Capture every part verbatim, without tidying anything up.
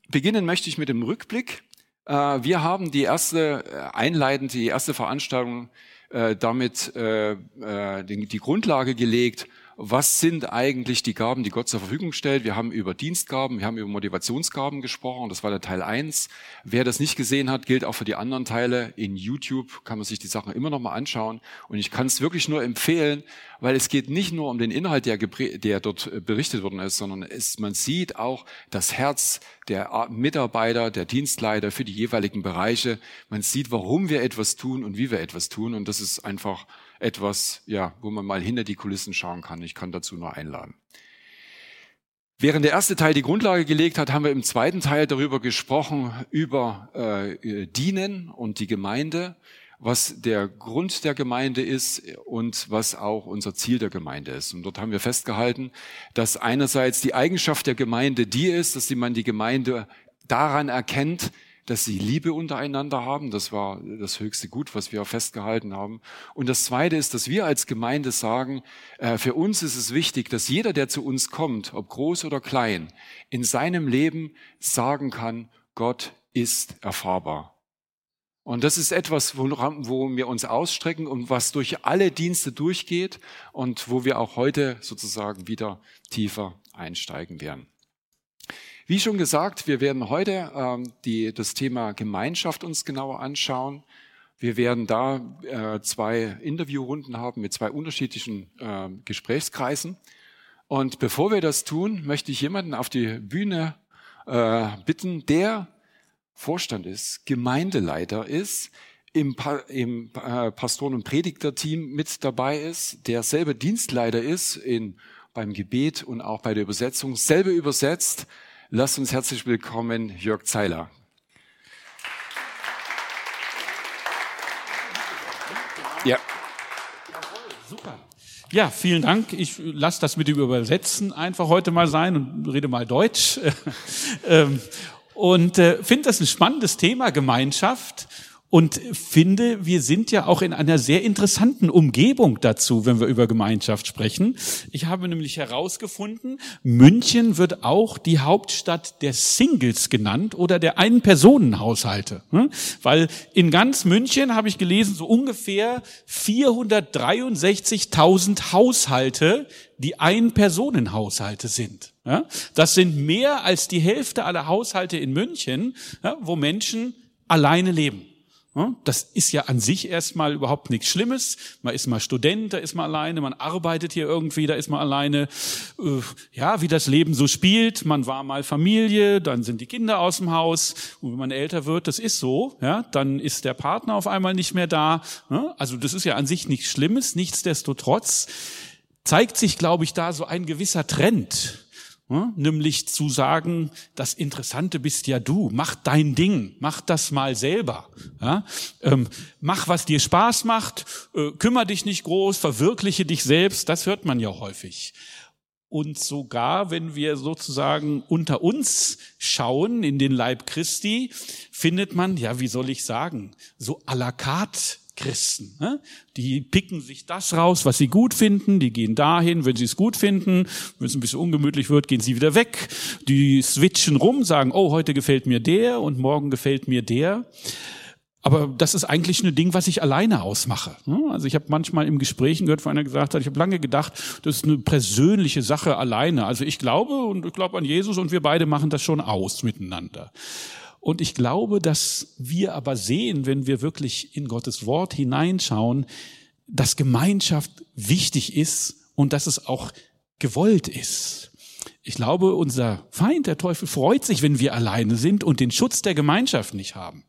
Beginnen möchte ich mit dem Rückblick. Wir haben die erste, einleitend, die erste Veranstaltung damit die Grundlage gelegt. Was sind eigentlich die Gaben, die Gott zur Verfügung stellt? Wir haben über Dienstgaben, wir haben über Motivationsgaben gesprochen. Das war der Teil eins. Wer das nicht gesehen hat, gilt auch für die anderen Teile. In YouTube kann man sich die Sachen immer noch mal anschauen. Und ich kann es wirklich nur empfehlen, weil es geht nicht nur um den Inhalt, der, der dort berichtet worden ist, sondern es, man sieht auch das Herz der Mitarbeiter, der Dienstleiter für die jeweiligen Bereiche. Man sieht, warum wir etwas tun und wie wir etwas tun. Und das ist einfach etwas, ja, wo man mal hinter die Kulissen schauen kann. Ich kann dazu nur einladen. Während der erste Teil die Grundlage gelegt hat, haben wir im zweiten Teil darüber gesprochen, über äh, Dienen und die Gemeinde, was der Grund der Gemeinde ist und was auch unser Ziel der Gemeinde ist. Und dort haben wir festgehalten, dass einerseits die Eigenschaft der Gemeinde die ist, dass man die Gemeinde daran erkennt, dass sie Liebe untereinander haben. Das war das höchste Gut, was wir festgehalten haben. Und das Zweite ist, dass wir als Gemeinde sagen, äh, für uns ist es wichtig, dass jeder, der zu uns kommt, ob groß oder klein, in seinem Leben sagen kann, Gott ist erfahrbar. Und das ist etwas, wo, wo wir uns ausstrecken und was durch alle Dienste durchgeht und wo wir auch heute sozusagen wieder tiefer einsteigen werden. Wie schon gesagt, wir werden heute ähm, die, das Thema Gemeinschaft uns genauer anschauen. Wir werden da äh, zwei Interviewrunden haben mit zwei unterschiedlichen äh, Gesprächskreisen. Und bevor wir das tun, möchte ich jemanden auf die Bühne äh, bitten, der Vorstand ist, Gemeindeleiter ist, im, pa- im äh, Pastoren- und Predigerteam mit dabei ist, der selber Dienstleiter ist in, beim Gebet und auch bei der Übersetzung, selber übersetzt. Lasst uns herzlich willkommen, Jörg Zeiler. Ja. Super. Ja, vielen Dank. Ich lasse das mit dem Übersetzen einfach heute mal sein und rede mal Deutsch. Und finde das ein spannendes Thema, Gemeinschaft. Und finde, wir sind ja auch in einer sehr interessanten Umgebung dazu, wenn wir über Gemeinschaft sprechen. Ich habe nämlich herausgefunden, München wird auch die Hauptstadt der Singles genannt oder der Ein-Personen-Haushalte. Weil in ganz München, habe ich gelesen, so ungefähr vierhundertdreiundsechzigtausend Haushalte, die Ein-Personen-Haushalte sind. Das sind mehr als die Hälfte aller Haushalte in München, wo Menschen alleine leben. Das ist ja an sich erstmal überhaupt nichts Schlimmes. Man ist mal Student, da ist man alleine, man arbeitet hier irgendwie, da ist man alleine. Ja, wie das Leben so spielt. Man war mal Familie, dann sind die Kinder aus dem Haus. Und wenn man älter wird, das ist so, ja, dann ist der Partner auf einmal nicht mehr da. Also das ist ja an sich nichts Schlimmes. Nichtsdestotrotz zeigt sich, glaube ich, da so ein gewisser Trend. Ja, nämlich zu sagen, das Interessante bist ja du, mach dein Ding, mach das mal selber. Ja, ähm, mach, was dir Spaß macht, äh, kümmere dich nicht groß, verwirkliche dich selbst, das hört man ja häufig. Und sogar, wenn wir sozusagen unter uns schauen, in den Leib Christi, findet man, ja, wie soll ich sagen, so à la carte Christen, ne? Die picken sich das raus, was sie gut finden, die gehen dahin, wenn sie es gut finden, wenn es ein bisschen ungemütlich wird, gehen sie wieder weg, die switchen rum, sagen, oh, heute gefällt mir der und morgen gefällt mir der. Aber das ist eigentlich ein Ding, was ich alleine ausmache. Also ich habe manchmal im Gesprächen gehört, wo einer gesagt hat, ich habe lange gedacht, das ist eine persönliche Sache alleine. Also ich glaube und ich glaube an Jesus und wir beide machen das schon aus miteinander. Und ich glaube, dass wir aber sehen, wenn wir wirklich in Gottes Wort hineinschauen, dass Gemeinschaft wichtig ist und dass es auch gewollt ist. Ich glaube, unser Feind, der Teufel, freut sich, wenn wir alleine sind und den Schutz der Gemeinschaft nicht haben.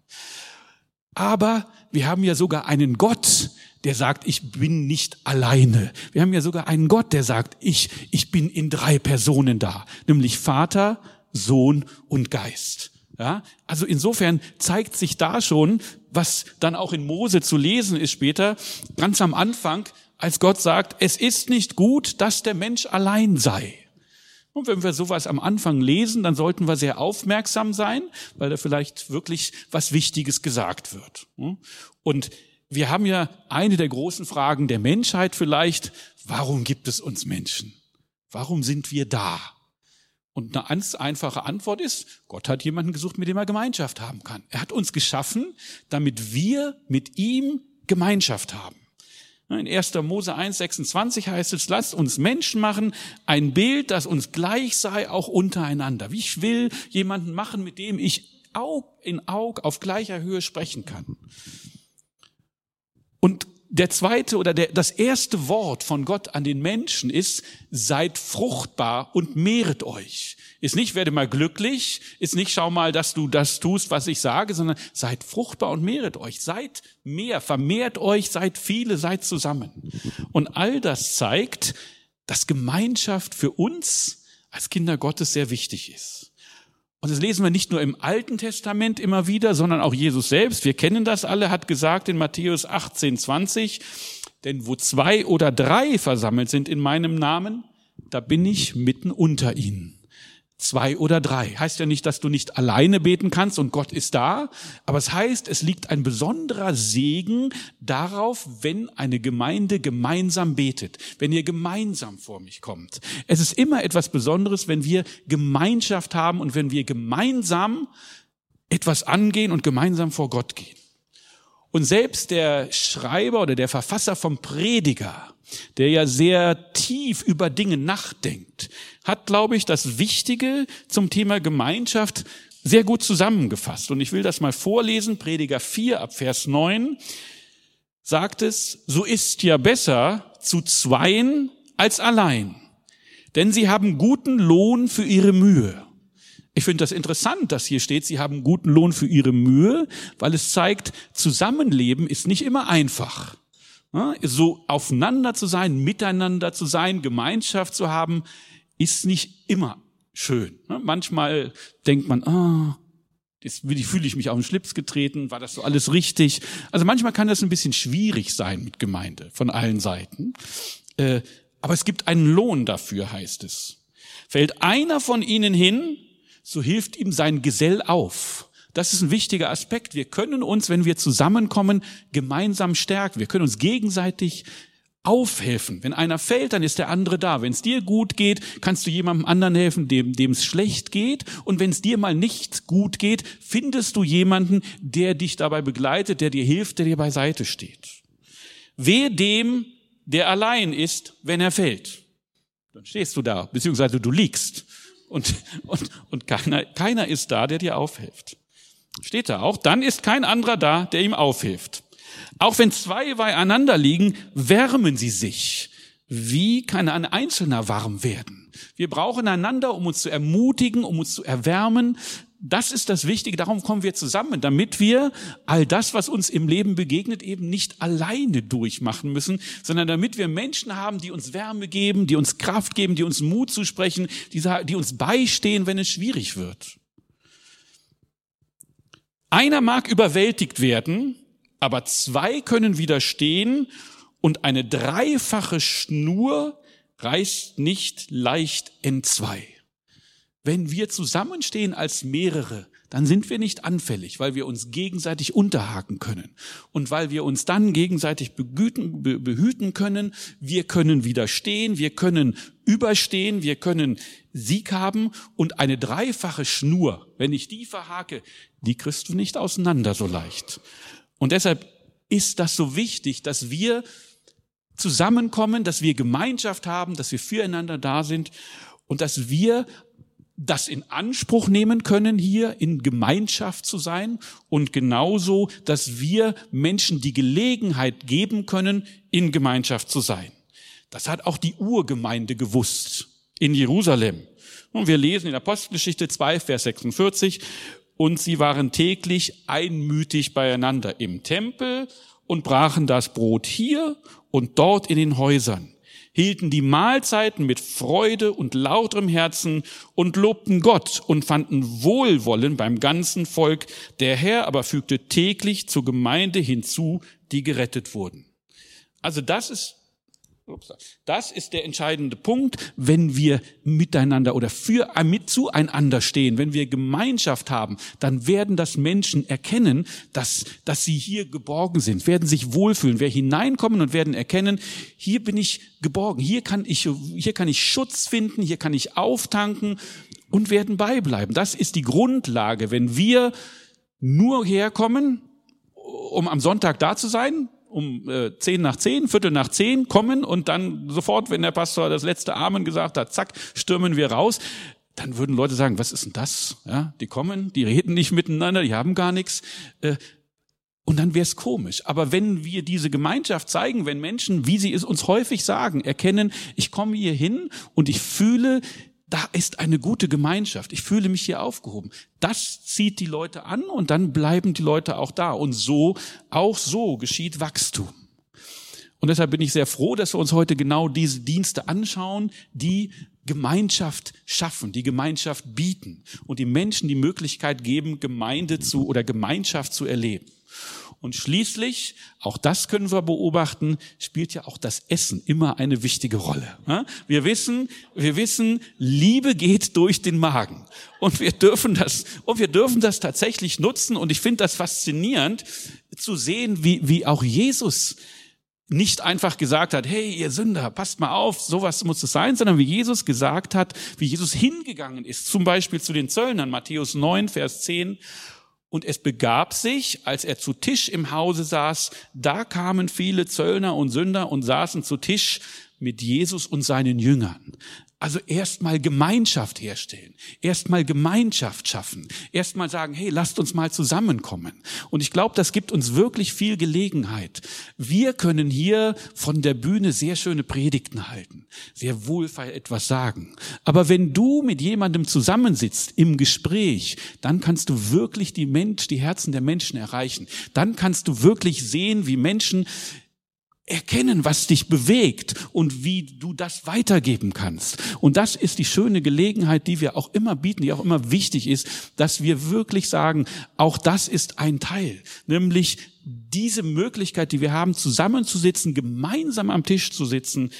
Aber wir haben ja sogar einen Gott, der sagt, ich bin nicht alleine. Wir haben ja sogar einen Gott, der sagt, ich, ich bin in drei Personen da, nämlich Vater, Sohn und Geist. Ja, also insofern zeigt sich da schon, was dann auch in Mose zu lesen ist später, ganz am Anfang, als Gott sagt, es ist nicht gut, dass der Mensch allein sei. Und wenn wir sowas am Anfang lesen, dann sollten wir sehr aufmerksam sein, weil da vielleicht wirklich was Wichtiges gesagt wird. Und wir haben ja eine der großen Fragen der Menschheit vielleicht, warum gibt es uns Menschen? Warum sind wir da? Und eine ganz einfache Antwort ist, Gott hat jemanden gesucht, mit dem er Gemeinschaft haben kann. Er hat uns geschaffen, damit wir mit ihm Gemeinschaft haben. In erster Mose eins sechsundzwanzig heißt es, lasst uns Menschen machen, ein Bild, das uns gleich sei, auch untereinander. Ich will jemanden machen, mit dem ich Aug in Aug auf gleicher Höhe sprechen kann. Und der zweite oder der, das erste Wort von Gott an den Menschen ist, seid fruchtbar und mehret euch. Ist nicht, werde mal glücklich, ist nicht, schau mal, dass du das tust, was ich sage, sondern seid fruchtbar und mehret euch. Seid mehr, vermehrt euch, seid viele, seid zusammen. Und all das zeigt, dass Gemeinschaft für uns als Kinder Gottes sehr wichtig ist. Und das lesen wir nicht nur im Alten Testament immer wieder, sondern auch Jesus selbst. Wir kennen das alle, hat gesagt in Matthäus achtzehn zwanzig, denn wo zwei oder drei versammelt sind in meinem Namen, da bin ich mitten unter ihnen. Zwei oder drei. Heißt ja nicht, dass du nicht alleine beten kannst und Gott ist da, aber es heißt, es liegt ein besonderer Segen darauf, wenn eine Gemeinde gemeinsam betet, wenn ihr gemeinsam vor mich kommt. Es ist immer etwas Besonderes, wenn wir Gemeinschaft haben und wenn wir gemeinsam etwas angehen und gemeinsam vor Gott gehen. Und selbst der Schreiber oder der Verfasser vom Prediger, der ja sehr tief über Dinge nachdenkt, hat, glaube ich, das Wichtige zum Thema Gemeinschaft sehr gut zusammengefasst. Und ich will das mal vorlesen. Prediger vier ab Vers neun sagt es, so ist ja besser zu zweien als allein, denn sie haben guten Lohn für ihre Mühe. Ich finde das interessant, dass hier steht, sie haben guten Lohn für ihre Mühe, weil es zeigt, Zusammenleben ist nicht immer einfach. So aufeinander zu sein, miteinander zu sein, Gemeinschaft zu haben, ist nicht immer schön. Manchmal denkt man, ah, jetzt fühle ich mich auf den Schlips getreten, war das so alles richtig? Also manchmal kann das ein bisschen schwierig sein mit Gemeinde von allen Seiten. Aber es gibt einen Lohn dafür, heißt es. Fällt einer von ihnen hin, so hilft ihm sein Gesell auf. Das ist ein wichtiger Aspekt. Wir können uns, wenn wir zusammenkommen, gemeinsam stärken. Wir können uns gegenseitig aufhelfen. Wenn einer fällt, dann ist der andere da. Wenn es dir gut geht, kannst du jemandem anderen helfen, dem dem es schlecht geht. Und wenn es dir mal nicht gut geht, findest du jemanden, der dich dabei begleitet, der dir hilft, der dir beiseite steht. Wehe dem, der allein ist, wenn er fällt. Dann stehst du da, beziehungsweise du liegst. Und, und, und keiner, keiner ist da, der dir aufhilft. Steht da auch, dann ist kein anderer da, der ihm aufhilft. Auch wenn zwei beieinander liegen, wärmen sie sich. Wie kann ein Einzelner warm werden? Wir brauchen einander, um uns zu ermutigen, um uns zu erwärmen. Das ist das Wichtige, darum kommen wir zusammen, damit wir all das, was uns im Leben begegnet, eben nicht alleine durchmachen müssen, sondern damit wir Menschen haben, die uns Wärme geben, die uns Kraft geben, die uns Mut zusprechen, die, die uns beistehen, wenn es schwierig wird. Einer mag überwältigt werden, aber zwei können widerstehen und eine dreifache Schnur reißt nicht leicht entzwei. Wenn wir zusammenstehen als mehrere, dann sind wir nicht anfällig, weil wir uns gegenseitig unterhaken können und weil wir uns dann gegenseitig begüten, be, behüten können. Wir können widerstehen, wir können überstehen, wir können Sieg haben und eine dreifache Schnur, wenn ich die verhake, die kriegst du nicht auseinander so leicht. Und deshalb ist das so wichtig, dass wir zusammenkommen, dass wir Gemeinschaft haben, dass wir füreinander da sind und dass wir das in Anspruch nehmen können, hier in Gemeinschaft zu sein und genauso, dass wir Menschen die Gelegenheit geben können, in Gemeinschaft zu sein. Das hat auch die Urgemeinde gewusst in Jerusalem. Und wir lesen in Apostelgeschichte zwei, Vers sechsundvierzig, und sie waren täglich einmütig beieinander im Tempel und brachen das Brot hier und dort in den Häusern, hielten die Mahlzeiten mit Freude und lauterem Herzen und lobten Gott und fanden Wohlwollen beim ganzen Volk. Der Herr aber fügte täglich zur Gemeinde hinzu, die gerettet wurden. Also das ist, das ist der entscheidende Punkt, wenn wir miteinander oder für, mit zueinander stehen, wenn wir Gemeinschaft haben, dann werden das Menschen erkennen, dass, dass sie hier geborgen sind, werden sich wohlfühlen, werden hineinkommen und werden erkennen, hier bin ich geborgen, hier kann ich, hier kann ich Schutz finden, hier kann ich auftanken und werden beibleiben. Das ist die Grundlage. Wenn wir nur herkommen, um am Sonntag da zu sein, um äh, zehn nach zehn, Viertel nach zehn kommen und dann sofort, wenn der Pastor das letzte Amen gesagt hat, zack, stürmen wir raus, dann würden Leute sagen, was ist denn das? Ja, die kommen, die reden nicht miteinander, die haben gar nichts. Äh, Und dann wäre es komisch. Aber wenn wir diese Gemeinschaft zeigen, wenn Menschen, wie sie es uns häufig sagen, erkennen, ich komme hier hin und ich fühle, da ist eine gute Gemeinschaft, ich fühle mich hier aufgehoben. Das zieht die Leute an und dann bleiben die Leute auch da. Und so, auch so geschieht Wachstum. Und deshalb bin ich sehr froh, dass wir uns heute genau diese Dienste anschauen, die Gemeinschaft schaffen, die Gemeinschaft bieten und die Menschen die Möglichkeit geben, Gemeinde zu oder Gemeinschaft zu erleben. Und schließlich, auch das können wir beobachten, spielt ja auch das Essen immer eine wichtige Rolle. Wir wissen, wir wissen, Liebe geht durch den Magen. Und wir dürfen das, und wir dürfen das tatsächlich nutzen. Und ich finde das faszinierend, zu sehen, wie, wie auch Jesus nicht einfach gesagt hat, hey, ihr Sünder, passt mal auf, sowas muss es sein, sondern wie Jesus gesagt hat, wie Jesus hingegangen ist, zum Beispiel zu den Zöllnern, Matthäus neun, Vers zehn, und es begab sich, als er zu Tisch im Hause saß, da kamen viele Zöllner und Sünder und saßen zu Tisch mit Jesus und seinen Jüngern. Also erstmal Gemeinschaft herstellen, erstmal Gemeinschaft schaffen, erstmal sagen, hey, lasst uns mal zusammenkommen. Und ich glaube, das gibt uns wirklich viel Gelegenheit. Wir können hier von der Bühne sehr schöne Predigten halten, sehr wohlfeil etwas sagen. Aber wenn du mit jemandem zusammensitzt im Gespräch, dann kannst du wirklich die Mensch, die Herzen der Menschen erreichen. Dann kannst du wirklich sehen, wie Menschen erkennen, was dich bewegt und wie du das weitergeben kannst. Und das ist die schöne Gelegenheit, die wir auch immer bieten, die auch immer wichtig ist, dass wir wirklich sagen, auch das ist ein Teil, nämlich diese Möglichkeit, die wir haben, zusammenzusitzen, gemeinsam am Tisch zu sitzen,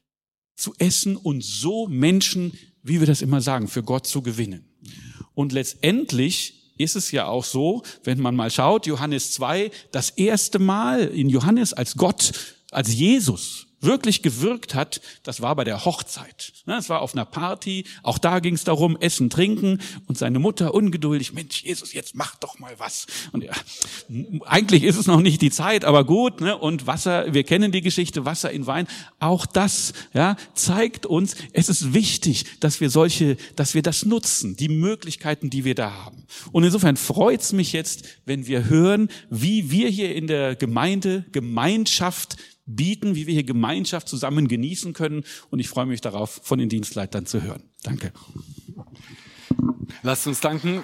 zu essen und so Menschen, wie wir das immer sagen, für Gott zu gewinnen. Und letztendlich ist es ja auch so, wenn man mal schaut, Johannes zwei, das erste Mal in Johannes, als Gott, als Jesus wirklich gewirkt hat, das war bei der Hochzeit. Es war auf einer Party, auch da ging es darum, Essen, Trinken und seine Mutter ungeduldig, Mensch, Jesus, jetzt mach doch mal was. Und ja, eigentlich ist es noch nicht die Zeit, aber gut, ne? Und Wasser, wir kennen die Geschichte, Wasser in Wein, auch das, ja, zeigt uns, es ist wichtig, dass wir solche, dass wir das nutzen, die Möglichkeiten, die wir da haben. Und insofern freut's mich jetzt, wenn wir hören, wie wir hier in der Gemeinde Gemeinschaft bieten, wie wir hier Gemeinschaft zusammen genießen können. Und ich freue mich darauf, von den Dienstleitern zu hören. Danke. Lasst uns danken.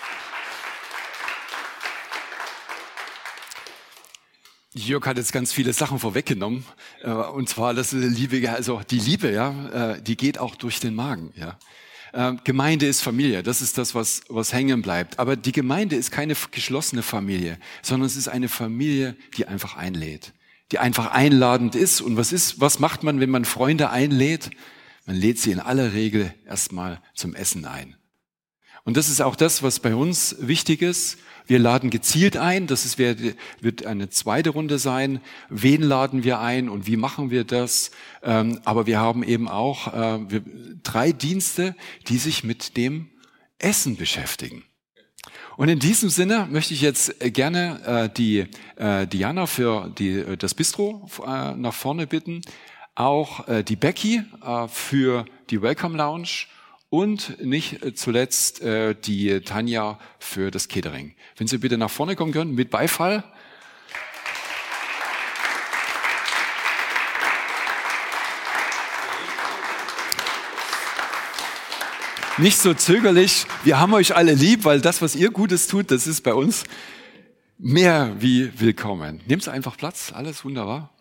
Jörg hat jetzt ganz viele Sachen vorweggenommen. Und zwar, das ist Liebe, also die Liebe, ja, die geht auch durch den Magen, ja. Gemeinde ist Familie, das ist das, was, was hängen bleibt. Aber die Gemeinde ist keine geschlossene Familie, sondern es ist eine Familie, die einfach einlädt. Die einfach einladend ist. Und was ist, was macht man, wenn man Freunde einlädt? Man lädt sie in aller Regel erstmal zum Essen ein. Und das ist auch das, was bei uns wichtig ist. Wir laden gezielt ein. Das ist, wird eine zweite Runde sein. Wen laden wir ein und wie machen wir das? Aber wir haben eben auch drei Dienste, die sich mit dem Essen beschäftigen. Und in diesem Sinne möchte ich jetzt gerne äh, die äh, Diana für die, das Bistro äh, nach vorne bitten, auch äh, die Becky äh, für die Welcome Lounge und nicht zuletzt äh, die Tanja für das Catering. Wenn Sie bitte nach vorne kommen können, mit Beifall. Nicht so zögerlich, wir haben euch alle lieb, weil das, was ihr Gutes tut, das ist bei uns mehr wie willkommen. Nehmt einfach Platz, alles wunderbar.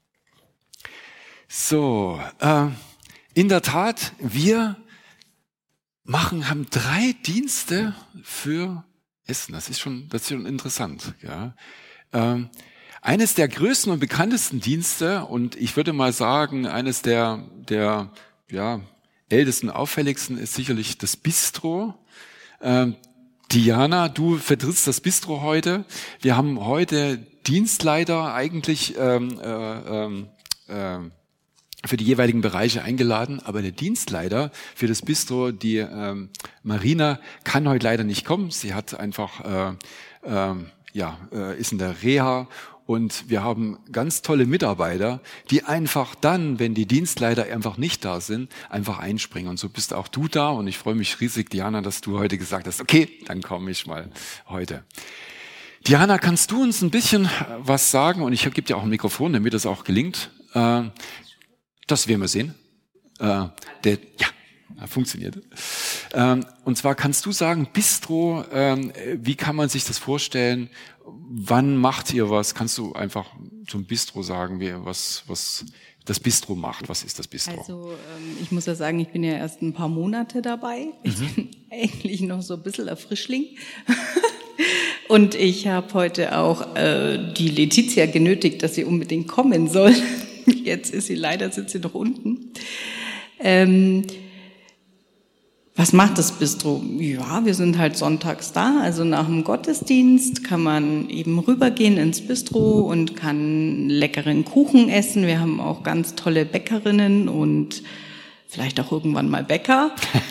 So, äh, in der Tat, wir machen, haben drei Dienste für Essen. Das ist schon, das ist schon interessant. Ja. Ähm, eines der größten und bekanntesten Dienste und ich würde mal sagen, eines der, der, ja, ältesten, auffälligsten ist sicherlich das Bistro. Ähm, Diana, du vertrittst das Bistro heute. Wir haben heute Dienstleiter eigentlich ähm, äh, äh, für die jeweiligen Bereiche eingeladen, aber der Dienstleiter für das Bistro, die ähm, Marina, kann heute leider nicht kommen. Sie hat einfach, äh, äh, ja, äh, ist in der Reha. Und wir haben ganz tolle Mitarbeiter, die einfach dann, wenn die Dienstleiter einfach nicht da sind, einfach einspringen. Und so bist auch du da. Und ich freue mich riesig, Diana, dass du heute gesagt hast, okay, dann komme ich mal heute. Diana, kannst du uns ein bisschen was sagen? Und ich gebe dir auch ein Mikrofon, damit das auch gelingt. Äh, das werden wir sehen. Äh, der, ja, funktioniert. Ähm, und zwar kannst du sagen, Bistro, ähm, wie kann man sich das vorstellen? Wann macht ihr was? Kannst du einfach zum Bistro sagen, wie, was, was das Bistro macht? Was ist das Bistro? Also ähm, ich muss ja sagen, ich bin ja erst ein paar Monate dabei. Ich mhm. bin eigentlich noch so ein bisschen ein Frischling. Und ich habe heute auch äh, die Letizia genötigt, dass sie unbedingt kommen soll. Jetzt ist sie leider, sitzt sie noch unten. Ähm, Was macht das Bistro? Ja, wir sind halt sonntags da, also nach dem Gottesdienst kann man eben rübergehen ins Bistro und kann leckeren Kuchen essen. Wir haben auch ganz tolle Bäckerinnen und vielleicht auch irgendwann mal Bäcker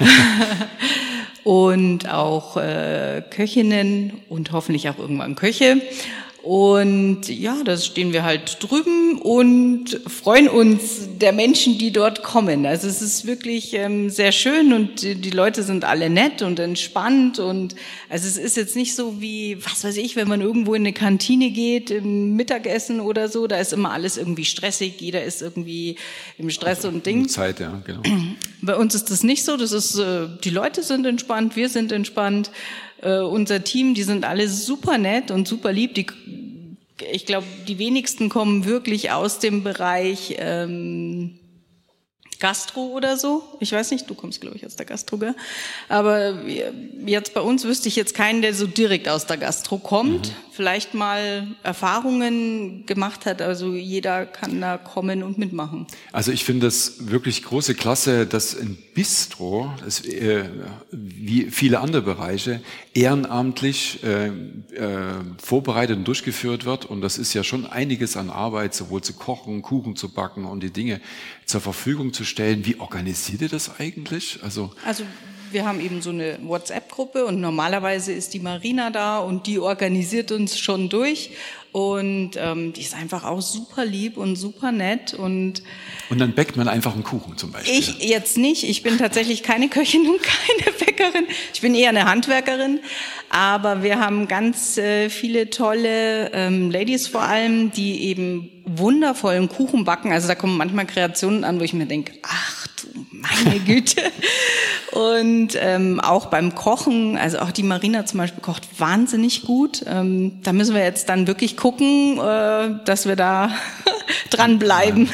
und auch äh, Köchinnen und hoffentlich auch irgendwann Köche. Und ja, da stehen wir halt drüben und freuen uns der Menschen, die dort kommen. Also es ist wirklich ähm, sehr schön und die, die Leute sind alle nett und entspannt. Und also es ist jetzt nicht so wie, was weiß ich, wenn man irgendwo in eine Kantine geht, im Mittagessen oder so, da ist immer alles irgendwie stressig, jeder ist irgendwie im Stress und Ding. Zeit, ja, genau. Bei uns ist das nicht so, das ist, äh, die Leute sind entspannt, wir sind entspannt. Uh, unser Team, die sind alle super nett und super lieb. Die, ich glaube, die wenigsten kommen wirklich aus dem Bereich ähm, Gastro oder so. Ich weiß nicht, du kommst, glaube ich, aus der Gastro, gell? Aber jetzt bei uns wüsste ich jetzt keinen, der so direkt aus der Gastro kommt. Mhm. Vielleicht mal Erfahrungen gemacht hat. Also jeder kann da kommen und mitmachen. Also ich finde das wirklich große Klasse, dass ein Bistro, das, äh, wie viele andere Bereiche, ehrenamtlich äh, äh, vorbereitet und durchgeführt wird. Und das ist ja schon einiges an Arbeit, sowohl zu kochen, Kuchen zu backen und die Dinge zur Verfügung zu stellen. Wie organisiert ihr das eigentlich? Also, also wir haben eben so eine WhatsApp-Gruppe und normalerweise ist die Marina da und die organisiert uns schon durch. Und ähm, die ist einfach auch super lieb und super nett. Und und dann bäckt man einfach einen Kuchen zum Beispiel? Ich jetzt nicht. Ich bin tatsächlich keine Köchin und keine Bäckerin. Ich bin eher eine Handwerkerin. Aber wir haben ganz äh, viele tolle ähm, Ladies vor allem, die eben wundervollen Kuchen backen. Also da kommen manchmal Kreationen an, wo ich mir denke, ach du meine Güte. Und ähm, auch beim Kochen, also auch die Marina zum Beispiel kocht wahnsinnig gut. Ähm, da müssen wir jetzt dann wirklich gucken, äh, dass wir da dranbleiben.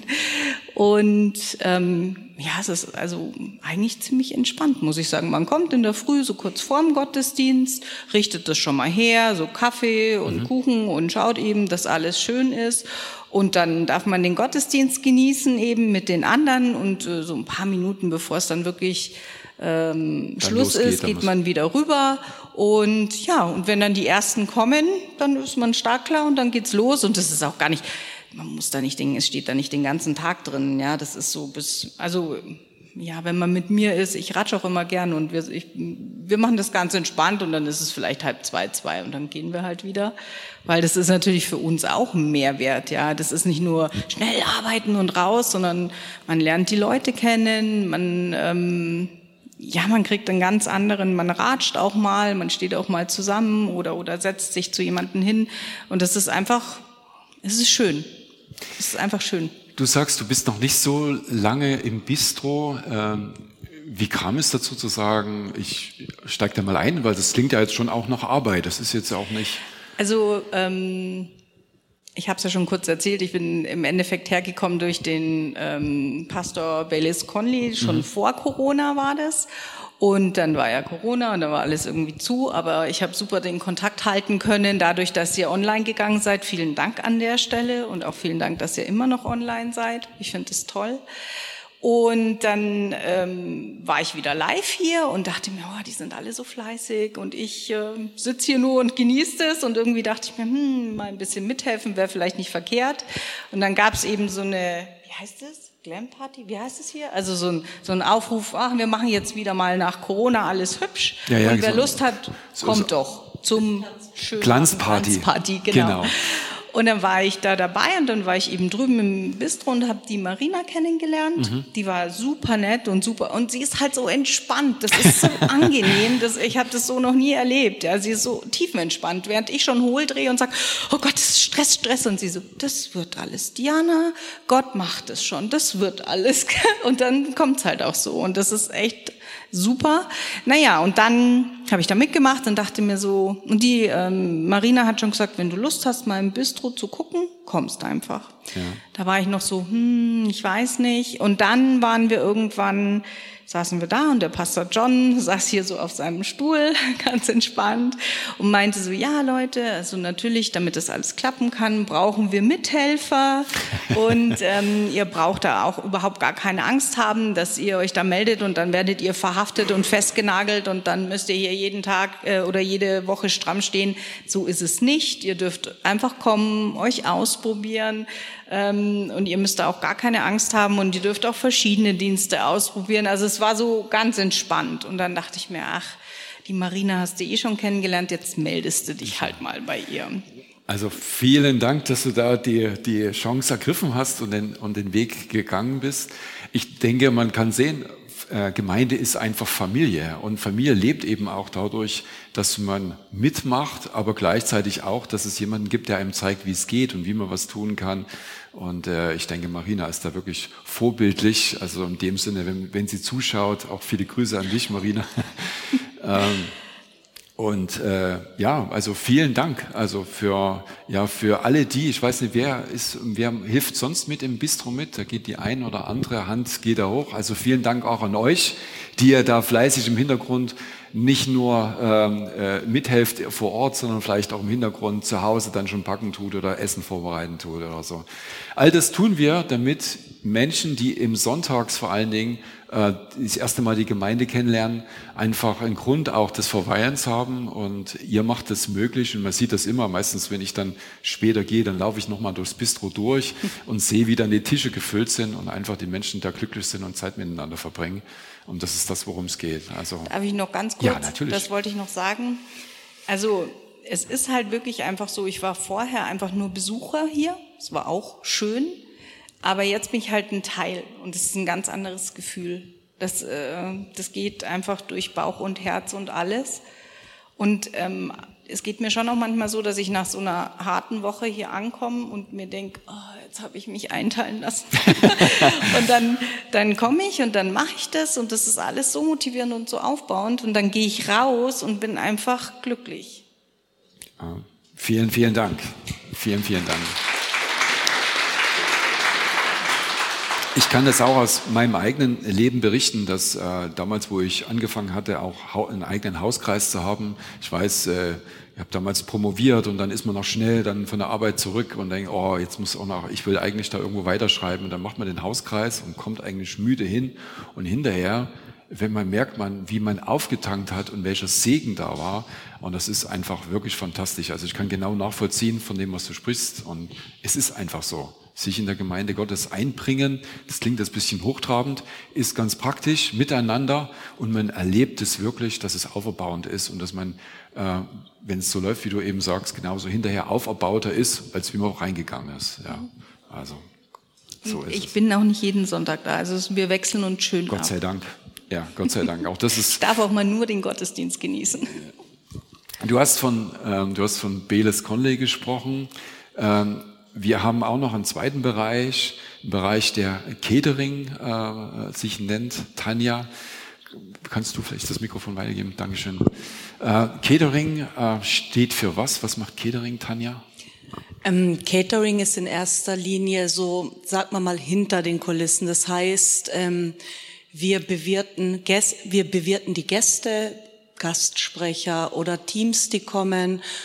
Und ähm, ja, es ist also eigentlich ziemlich entspannt, muss ich sagen. Man kommt in der Früh so kurz vorm Gottesdienst, richtet das schon mal her, so Kaffee und mhm. Kuchen und schaut eben, dass alles schön ist. Und dann darf man den Gottesdienst genießen eben mit den anderen und äh, so ein paar Minuten, bevor es dann wirklich ähm, Schluss losgeht, ist, geht man wieder rüber. Und ja, und wenn dann die Ersten kommen, dann ist man startklar und dann geht's los. Und das ist auch gar nicht, man muss da nicht denken, es steht da nicht den ganzen Tag drin. Ja, das ist so bis, also ja, wenn man mit mir ist, ich ratsche auch immer gern und wir, ich, wir machen das ganz entspannt und dann ist es vielleicht halb zwei, zwei und dann gehen wir halt wieder, weil das ist natürlich für uns auch ein Mehrwert, ja, das ist nicht nur schnell arbeiten und raus, sondern man lernt die Leute kennen, man, ähm, ja, man kriegt einen ganz anderen, man ratscht auch mal, man steht auch mal zusammen oder, oder setzt sich zu jemandem hin und das ist einfach, es ist schön, es ist einfach schön. Du sagst, du bist noch nicht so lange im Bistro. Ähm, wie kam es dazu zu sagen, ich steige da mal ein? Weil das klingt ja jetzt schon auch nach Arbeit. Das ist jetzt auch nicht... Also ähm, ich habe es ja schon kurz erzählt. Ich bin im Endeffekt hergekommen durch den ähm, Pastor Baylis Conley. Schon mhm. vor Corona war das. Und dann war ja Corona und dann war alles irgendwie zu, aber ich habe super den Kontakt halten können, dadurch, dass ihr online gegangen seid. Vielen Dank an der Stelle und auch vielen Dank, dass ihr immer noch online seid. Ich finde das toll. Und dann ähm, war ich wieder live hier und dachte mir, oh, die sind alle so fleißig und ich äh, sitze hier nur und genieße es. Und irgendwie dachte ich mir, hm, mal ein bisschen mithelfen wäre vielleicht nicht verkehrt. Und dann gab es eben so eine, wie heißt das? Glam Party, wie heißt es hier? Also so ein, so ein Aufruf, ach, wir machen jetzt wieder mal nach Corona alles hübsch. Ja, ja, und wer so, Lust hat, so, kommt so, doch zum schönen Glanzparty. Glanzparty, genau. genau. Und dann war ich da dabei und dann war ich eben drüben im Bistro und habe die Marina kennengelernt. Mhm. Die war super nett und super und sie ist halt so entspannt. Das ist so angenehm. Das, ich habe das so noch nie erlebt. Ja, sie ist so tiefenentspannt, während ich schon hohl drehe und sage, oh Gott, das ist Stress, Stress. Und sie so, das wird alles, Diana. Gott macht es schon. Das wird alles. Und dann kommt's halt auch so. Und das ist echt super. Naja, und dann habe ich da mitgemacht und dachte mir so, und die ähm, Marina hat schon gesagt, wenn du Lust hast, mal im Bistro zu gucken, kommst einfach. Ja. Da war ich noch so, hm, ich weiß nicht. Und dann waren wir irgendwann, saßen wir da und der Pastor John saß hier so auf seinem Stuhl, ganz entspannt und meinte so, ja Leute, also natürlich, damit das alles klappen kann, brauchen wir Mithelfer und ähm, ihr braucht da auch überhaupt gar keine Angst haben, dass ihr euch da meldet und dann werdet ihr verhaftet und festgenagelt und dann müsst ihr hier jeden Tag äh, oder jede Woche stramm stehen. So ist es nicht. Ihr dürft einfach kommen, euch ausprobieren. Und ihr müsst da auch gar keine Angst haben und ihr dürft auch verschiedene Dienste ausprobieren. Also es war so ganz entspannt. Und dann dachte ich mir, ach, die Marina hast du eh schon kennengelernt, jetzt meldest du dich halt mal bei ihr. Also vielen Dank, dass du da die, die Chance ergriffen hast und den, und den Weg gegangen bist. Ich denke, man kann sehen, Gemeinde ist einfach Familie und Familie lebt eben auch dadurch, dass man mitmacht, aber gleichzeitig auch, dass es jemanden gibt, der einem zeigt, wie es geht und wie man was tun kann. Und äh, ich denke, Marina ist da wirklich vorbildlich, also in dem Sinne, wenn, wenn sie zuschaut, auch viele Grüße an dich, Marina. ähm, Und äh, ja, also vielen Dank, also für ja für alle die, ich weiß nicht, wer ist, wer hilft sonst mit im Bistro mit? Da geht die ein oder andere Hand geht da hoch. Also vielen Dank auch an euch, die ihr da fleißig im Hintergrund nicht nur ähm, äh, mithelft vor Ort, sondern vielleicht auch im Hintergrund zu Hause dann schon backen tut oder Essen vorbereiten tut oder so. All das tun wir, damit Menschen, die im Sonntags vor allen Dingen äh, das erste Mal die Gemeinde kennenlernen, einfach einen Grund auch des Verweilens haben und ihr macht das möglich und man sieht das immer, meistens wenn ich dann später gehe, dann laufe ich nochmal durchs Bistro durch und sehe, wie dann die Tische gefüllt sind und einfach die Menschen da glücklich sind und Zeit miteinander verbringen und das ist das, worum es geht. Also, darf ich noch ganz kurz, ja, natürlich. Das wollte ich noch sagen, also es ist halt wirklich einfach so, ich war vorher einfach nur Besucher hier, es war auch schön, aber jetzt bin ich halt ein Teil und es ist ein ganz anderes Gefühl. Das, äh, das geht einfach durch Bauch und Herz und alles. Und ähm, es geht mir schon auch manchmal so, dass ich nach so einer harten Woche hier ankomme und mir denke, oh, jetzt habe ich mich einteilen lassen. Und dann, dann komme ich und dann mache ich das und das ist alles so motivierend und so aufbauend und dann gehe ich raus und bin einfach glücklich. Ja, vielen, vielen Dank. Vielen, vielen Dank. Ich kann das auch aus meinem eigenen Leben berichten, dass äh, damals, wo ich angefangen hatte, auch einen eigenen Hauskreis zu haben, ich weiß, äh, ich habe damals promoviert und dann ist man noch schnell dann von der Arbeit zurück und denkt, oh, jetzt muss auch noch, ich will eigentlich da irgendwo weiterschreiben und dann macht man den Hauskreis und kommt eigentlich müde hin und hinterher, wenn man merkt, man, wie man aufgetankt hat und welcher Segen da war und das ist einfach wirklich fantastisch. Also ich kann genau nachvollziehen von dem, was du sprichst und es ist einfach so. Sich in der Gemeinde Gottes einbringen, das klingt jetzt ein bisschen hochtrabend, ist ganz praktisch miteinander und man erlebt es wirklich, dass es auferbauend ist und dass man, äh, wenn es so läuft, wie du eben sagst, genauso hinterher auferbauter ist, als wie man auch reingegangen ist. Ja, also so ist ich es. bin auch nicht jeden Sonntag da, also wir wechseln uns schön Gott ab. sei Dank. Ja, Gott sei Dank. Auch das ist. Ich darf auch mal nur den Gottesdienst genießen. Du hast von, ähm, du hast von Beles Conley gesprochen. Ähm, Wir haben auch noch einen zweiten Bereich, einen Bereich, der Catering äh, sich nennt. Tanja, kannst du vielleicht das Mikrofon weitergeben? Dankeschön. Äh, Catering äh, steht für was? Was macht Catering, Tanja? Ähm, Catering ist in erster Linie so, sagt man mal, hinter den Kulissen. Das heißt, ähm, wir bewirten, Gäste, wir bewirten die Gäste, Gastsprecher oder Teams, die kommen.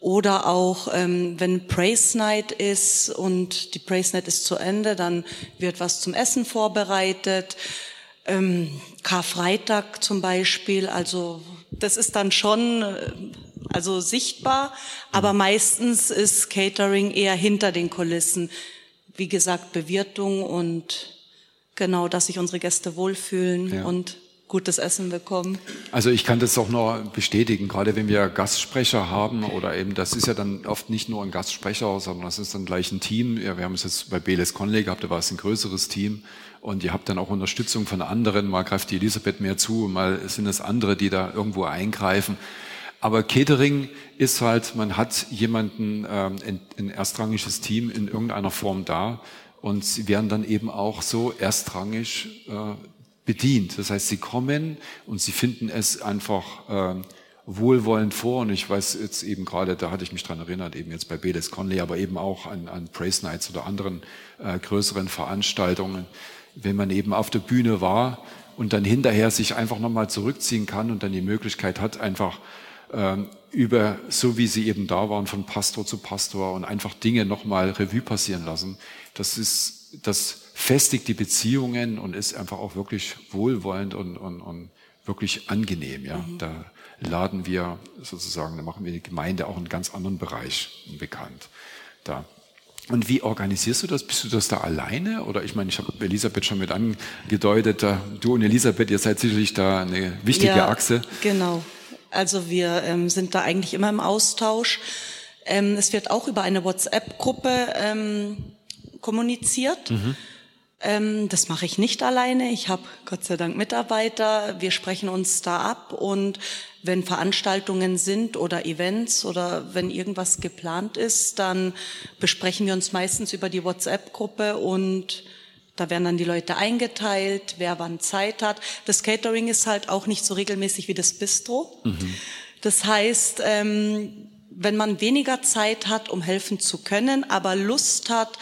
Oder auch, ähm, wenn Praise Night ist und die Praise Night ist zu Ende, dann wird was zum Essen vorbereitet. Ähm, Karfreitag zum Beispiel, also das ist dann schon also sichtbar, aber meistens ist Catering eher hinter den Kulissen. Wie gesagt, Bewirtung und genau, dass sich unsere Gäste wohlfühlen ja. und gutes Essen bekommen. Also ich kann das auch noch bestätigen, gerade wenn wir Gastsprecher haben oder eben, das ist ja dann oft nicht nur ein Gastsprecher, sondern das ist dann gleich ein Team. Ja, wir haben es jetzt bei Beles Conley gehabt, da war es ein größeres Team und ihr habt dann auch Unterstützung von anderen, mal greift die Elisabeth mehr zu, mal sind es andere, die da irgendwo eingreifen. Aber Catering ist halt, man hat jemanden, ähm, ein, ein erstrangiges Team in irgendeiner Form da und sie werden dann eben auch so erstrangig äh, bedient. Das heißt, sie kommen und sie finden es einfach äh, wohlwollend vor. Und ich weiß jetzt eben gerade, da hatte ich mich dran erinnert, eben jetzt bei Beles Conley, aber eben auch an, an Praise Nights oder anderen äh, größeren Veranstaltungen, wenn man eben auf der Bühne war und dann hinterher sich einfach nochmal zurückziehen kann und dann die Möglichkeit hat, einfach ähm, über, so wie sie eben da waren, von Pastor zu Pastor und einfach Dinge nochmal Revue passieren lassen. Das ist, das festigt die Beziehungen und ist einfach auch wirklich wohlwollend und, und, und wirklich angenehm. Ja, mhm. Da laden wir sozusagen, da machen wir die Gemeinde auch in ganz anderen Bereich bekannt. Da. Und wie organisierst du das? Bist du das da alleine? Oder ich meine, ich habe Elisabeth schon mit angedeutet, da, du und Elisabeth, ihr seid sicherlich da eine wichtige ja, Achse. Genau. Also wir ähm, sind da eigentlich immer im Austausch. Ähm, es wird auch über eine WhatsApp-Gruppe ähm, kommuniziert. Mhm. Ähm, das mache ich nicht alleine. Ich habe Gott sei Dank Mitarbeiter. Wir sprechen uns da ab und wenn Veranstaltungen sind oder Events oder wenn irgendwas geplant ist, dann besprechen wir uns meistens über die WhatsApp-Gruppe und da werden dann die Leute eingeteilt, wer wann Zeit hat. Das Catering ist halt auch nicht so regelmäßig wie das Bistro. Mhm. Das heißt, ähm, wenn man weniger Zeit hat, um helfen zu können, aber Lust hat,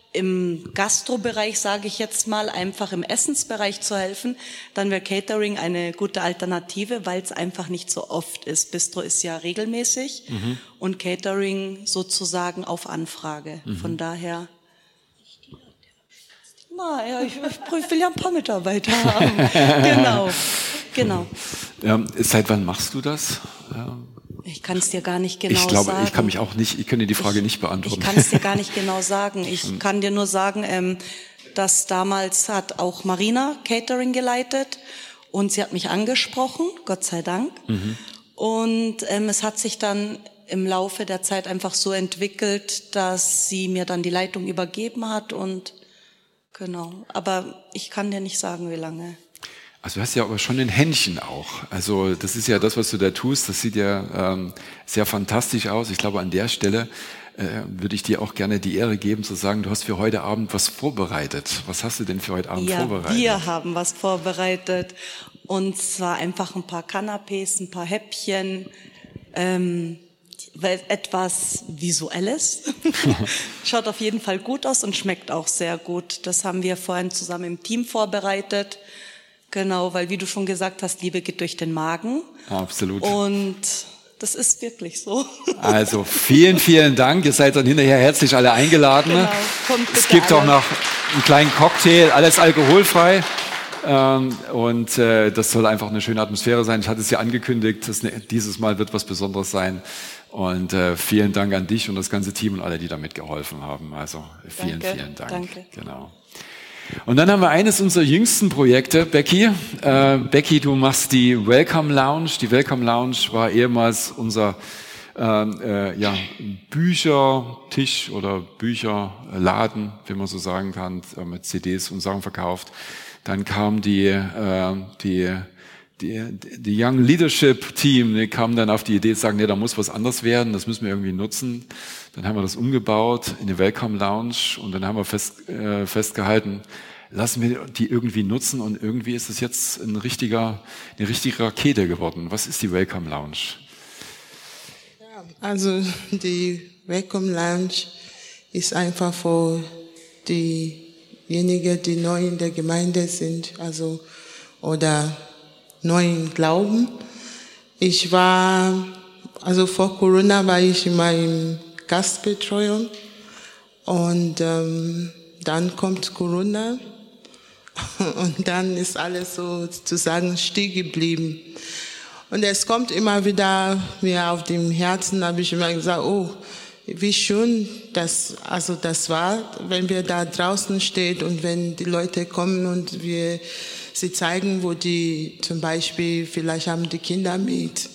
im Gastrobereich, sage ich jetzt mal, einfach im Essensbereich zu helfen, dann wäre Catering eine gute Alternative, weil es einfach nicht so oft ist. Bistro ist ja regelmäßig mhm. und Catering sozusagen auf Anfrage. Mhm. Von daher... Na, ja, ich, ich will ja ein paar Mitarbeiter haben. Genau, genau. Ja, seit wann machst du das? Ja. Ich kann es dir gar nicht genau ich glaube, sagen. Ich kann mich auch nicht, ich kann dir die Frage ich, nicht beantworten. Ich kann es dir gar nicht genau sagen. Ich kann dir nur sagen, ähm, dass damals hat auch Marina Catering geleitet und sie hat mich angesprochen, Gott sei Dank. Mhm. Und ähm, es hat sich dann im Laufe der Zeit einfach so entwickelt, dass sie mir dann die Leitung übergeben hat und genau. Aber ich kann dir nicht sagen, wie lange. Also du hast ja aber schon ein Händchen auch. Also das ist ja das, was du da tust. Das sieht ja ähm, sehr fantastisch aus. Ich glaube, an der Stelle äh, würde ich dir auch gerne die Ehre geben, zu sagen, du hast für heute Abend was vorbereitet. Was hast du denn für heute Abend ja, vorbereitet? Wir haben was vorbereitet. Und zwar einfach ein paar Canapés, ein paar Häppchen, ähm, etwas Visuelles. Schaut auf jeden Fall gut aus und schmeckt auch sehr gut. Das haben wir vorhin zusammen im Team vorbereitet. Genau, weil wie du schon gesagt hast, Liebe geht durch den Magen. Absolut. Und das ist wirklich so. Also vielen, vielen Dank. Ihr seid dann hinterher herzlich alle eingeladen. Genau, kommt bitte es gibt alle. auch noch einen kleinen Cocktail, alles alkoholfrei. Und das soll einfach eine schöne Atmosphäre sein. Ich hatte es ja angekündigt, dass dieses Mal wird was Besonderes sein. Und äh, vielen Dank an dich und das ganze Team und alle, die da mitgeholfen haben. Also vielen, danke, vielen Dank. Danke. Genau. Und dann haben wir eines unserer jüngsten Projekte, Becky. Äh, Becky, du machst die Welcome Lounge. Die Welcome Lounge war ehemals unser äh, äh, ja, Büchertisch oder Bücherladen, wie man so sagen kann, mit C Ds und Sachen verkauft. Dann kam die, äh, die Die, die Young Leadership Team, die kamen dann auf die Idee zu sagen, nee, da muss was anderes werden, das müssen wir irgendwie nutzen. Dann haben wir das umgebaut in die Welcome Lounge und dann haben wir fest, äh, festgehalten, lassen wir die irgendwie nutzen und irgendwie ist es jetzt ein richtiger, eine richtige Rakete geworden. Was ist die Welcome Lounge? Ja, also die Welcome Lounge ist einfach für diejenigen, die neu in der Gemeinde sind, also oder neuen Glauben. Ich war also vor Corona war ich immer in Gastbetreuung und ähm, dann kommt Corona und dann ist alles sozusagen still geblieben. Und es kommt immer wieder mir auf dem Herzen, habe ich immer gesagt, oh, wie schön das, also das war, wenn wir da draußen stehen und wenn die Leute kommen und wir sie zeigen, wo die zum Beispiel, vielleicht haben die Kinder mit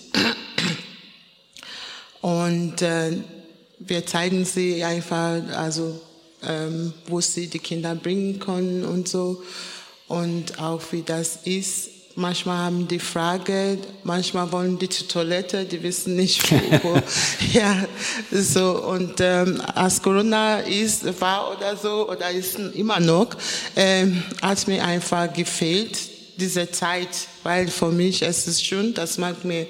und äh, wir zeigen sie einfach, also ähm, wo sie die Kinder bringen können und so und auch wie das ist. Manchmal haben die Frage, manchmal wollen die zur Toilette, die wissen nicht wo. wo. Ja, so und ähm, als Corona ist, war oder so oder ist immer noch, ähm, hat mir einfach gefehlt diese Zeit, weil für mich es ist schön, das macht mir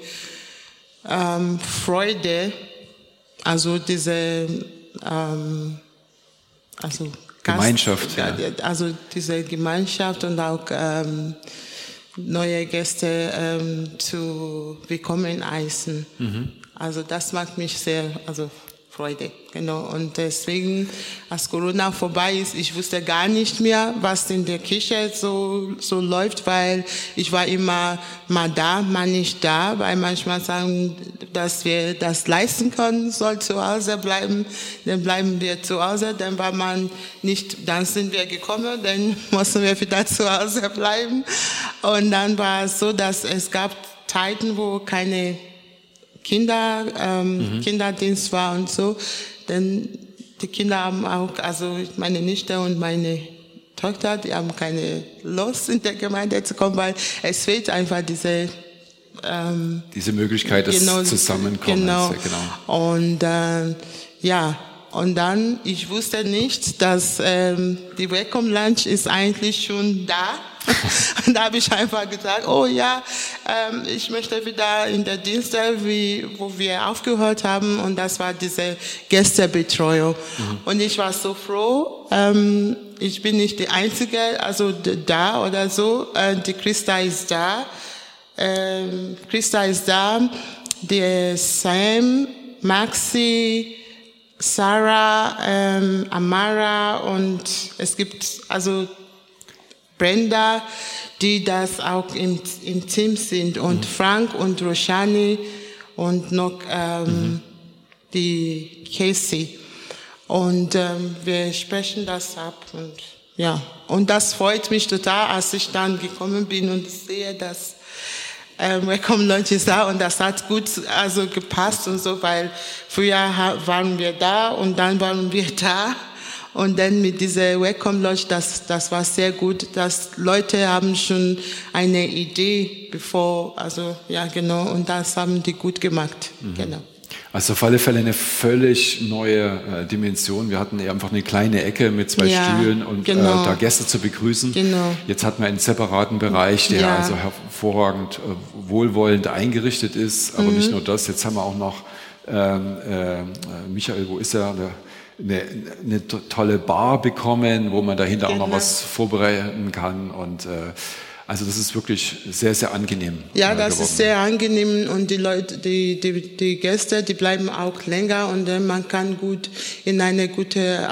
ähm, Freude, also diese ähm, also Gemeinschaft, Gast, ja. Also diese Gemeinschaft und auch ähm, neue Gäste ähm, zu willkommen heißen. Mhm. Also das macht mich sehr, also Freude, genau. Und deswegen, als Corona vorbei ist, ich wusste gar nicht mehr, was in der Kirche so so läuft, weil ich war immer mal da, mal nicht da, weil manchmal sagen, dass wir das leisten können, soll zu Hause bleiben, dann bleiben wir zu Hause, dann war man nicht, dann sind wir gekommen, dann mussten wir wieder zu Hause bleiben. Und dann war es so, dass es gab Zeiten, wo keine Kinder, ähm, mhm. Kinderdienst war und so, denn die Kinder haben auch, also meine Nichte und meine Tochter, die haben keine Lust in der Gemeinde zu kommen, weil es fehlt einfach diese ähm, diese Möglichkeit des genau, Zusammenkommens. Genau. Ja, genau. Und äh, ja, und dann, ich wusste nicht, dass ähm, die Welcome Lunch ist eigentlich schon da. Und da habe ich einfach gesagt, oh ja, ähm, ich möchte wieder in der Dienste, wie, wo wir aufgehört haben. Und das war diese Gästebetreuung. Mhm. Und ich war so froh. Ähm, ich bin nicht die Einzige, also da oder so. Äh, die Christa ist da. Ähm, Christa ist da. Der Sam, Maxi, Sarah, ähm, Amara und es gibt also Brenda, die das auch im, im Team sind und mhm. Frank und Roshani und noch ähm, mhm. die Casey. Und ähm, wir sprechen das ab und ja, und das freut mich total, als ich dann gekommen bin und sehe, dass ähm, Welcome Lunch ist da und das hat gut also gepasst und so, weil früher waren wir da und dann waren wir da. Und dann mit dieser Welcome Lunch, das, das war sehr gut, dass Leute haben schon eine Idee, bevor, also, ja, genau, und das haben die gut gemacht, mhm. genau. Also auf alle Fälle eine völlig neue äh, Dimension. Wir hatten eher einfach eine kleine Ecke mit zwei ja, Stühlen und genau. äh, da Gäste zu begrüßen. Genau. Jetzt hatten wir einen separaten Bereich, der ja. also hervorragend äh, wohlwollend eingerichtet ist. Aber mhm. nicht nur das, jetzt haben wir auch noch, ähm, äh, Michael, wo ist er? Der, Eine, eine tolle Bar bekommen, wo man dahinter genau. auch noch was vorbereiten kann und äh, also das ist wirklich sehr, sehr angenehm. Ja, das geworden. ist sehr angenehm und die Leute, die, die, die Gäste, die bleiben auch länger und äh, man kann gut in eine gute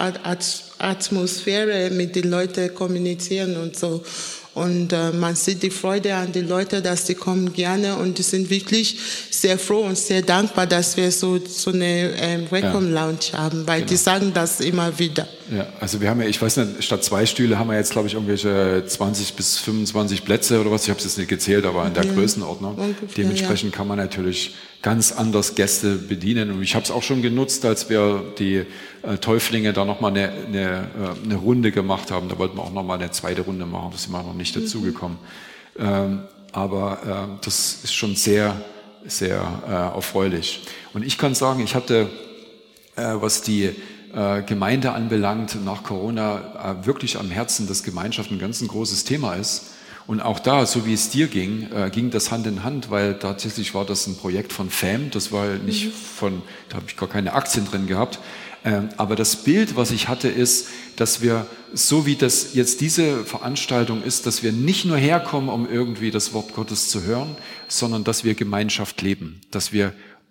Atmosphäre mit den Leuten kommunizieren und so. Und äh, man sieht die Freude an die Leute, dass die kommen gerne und die sind wirklich sehr froh und sehr dankbar, dass wir so, so eine ähm, Welcome ja. Lounge haben, weil genau. die sagen das immer wieder. Ja, also wir haben ja, ich weiß nicht, statt zwei Stühle haben wir jetzt, glaube ich, irgendwelche zwanzig bis fünfundzwanzig Plätze oder was, ich habe es jetzt nicht gezählt, aber in der ja. Größenordnung. Ungefähr, Dementsprechend ja. kann man natürlich ganz anders Gäste bedienen und ich habe es auch schon genutzt, als wir die äh, Täuflinge da nochmal eine, eine, eine Runde gemacht haben, da wollten wir auch nochmal eine zweite Runde machen, das sind wir noch nicht mhm. dazugekommen. Ähm, aber äh, das ist schon sehr, sehr äh, erfreulich. Und ich kann sagen, ich hatte, äh, was die äh, Gemeinde anbelangt, nach Corona äh, wirklich am Herzen, dass Gemeinschaft ein ganz ein großes Thema ist. Und auch da, so wie es dir ging, äh, ging das Hand in Hand, weil tatsächlich war das ein Projekt von F A M, das war nicht mhm. von, da habe ich gar keine Aktien drin gehabt. Ähm, aber das Bild, was ich hatte, ist, dass wir, so wie das jetzt diese Veranstaltung ist, dass wir nicht nur herkommen, um irgendwie das Wort Gottes zu hören, sondern dass wir Gemeinschaft leben, dass wir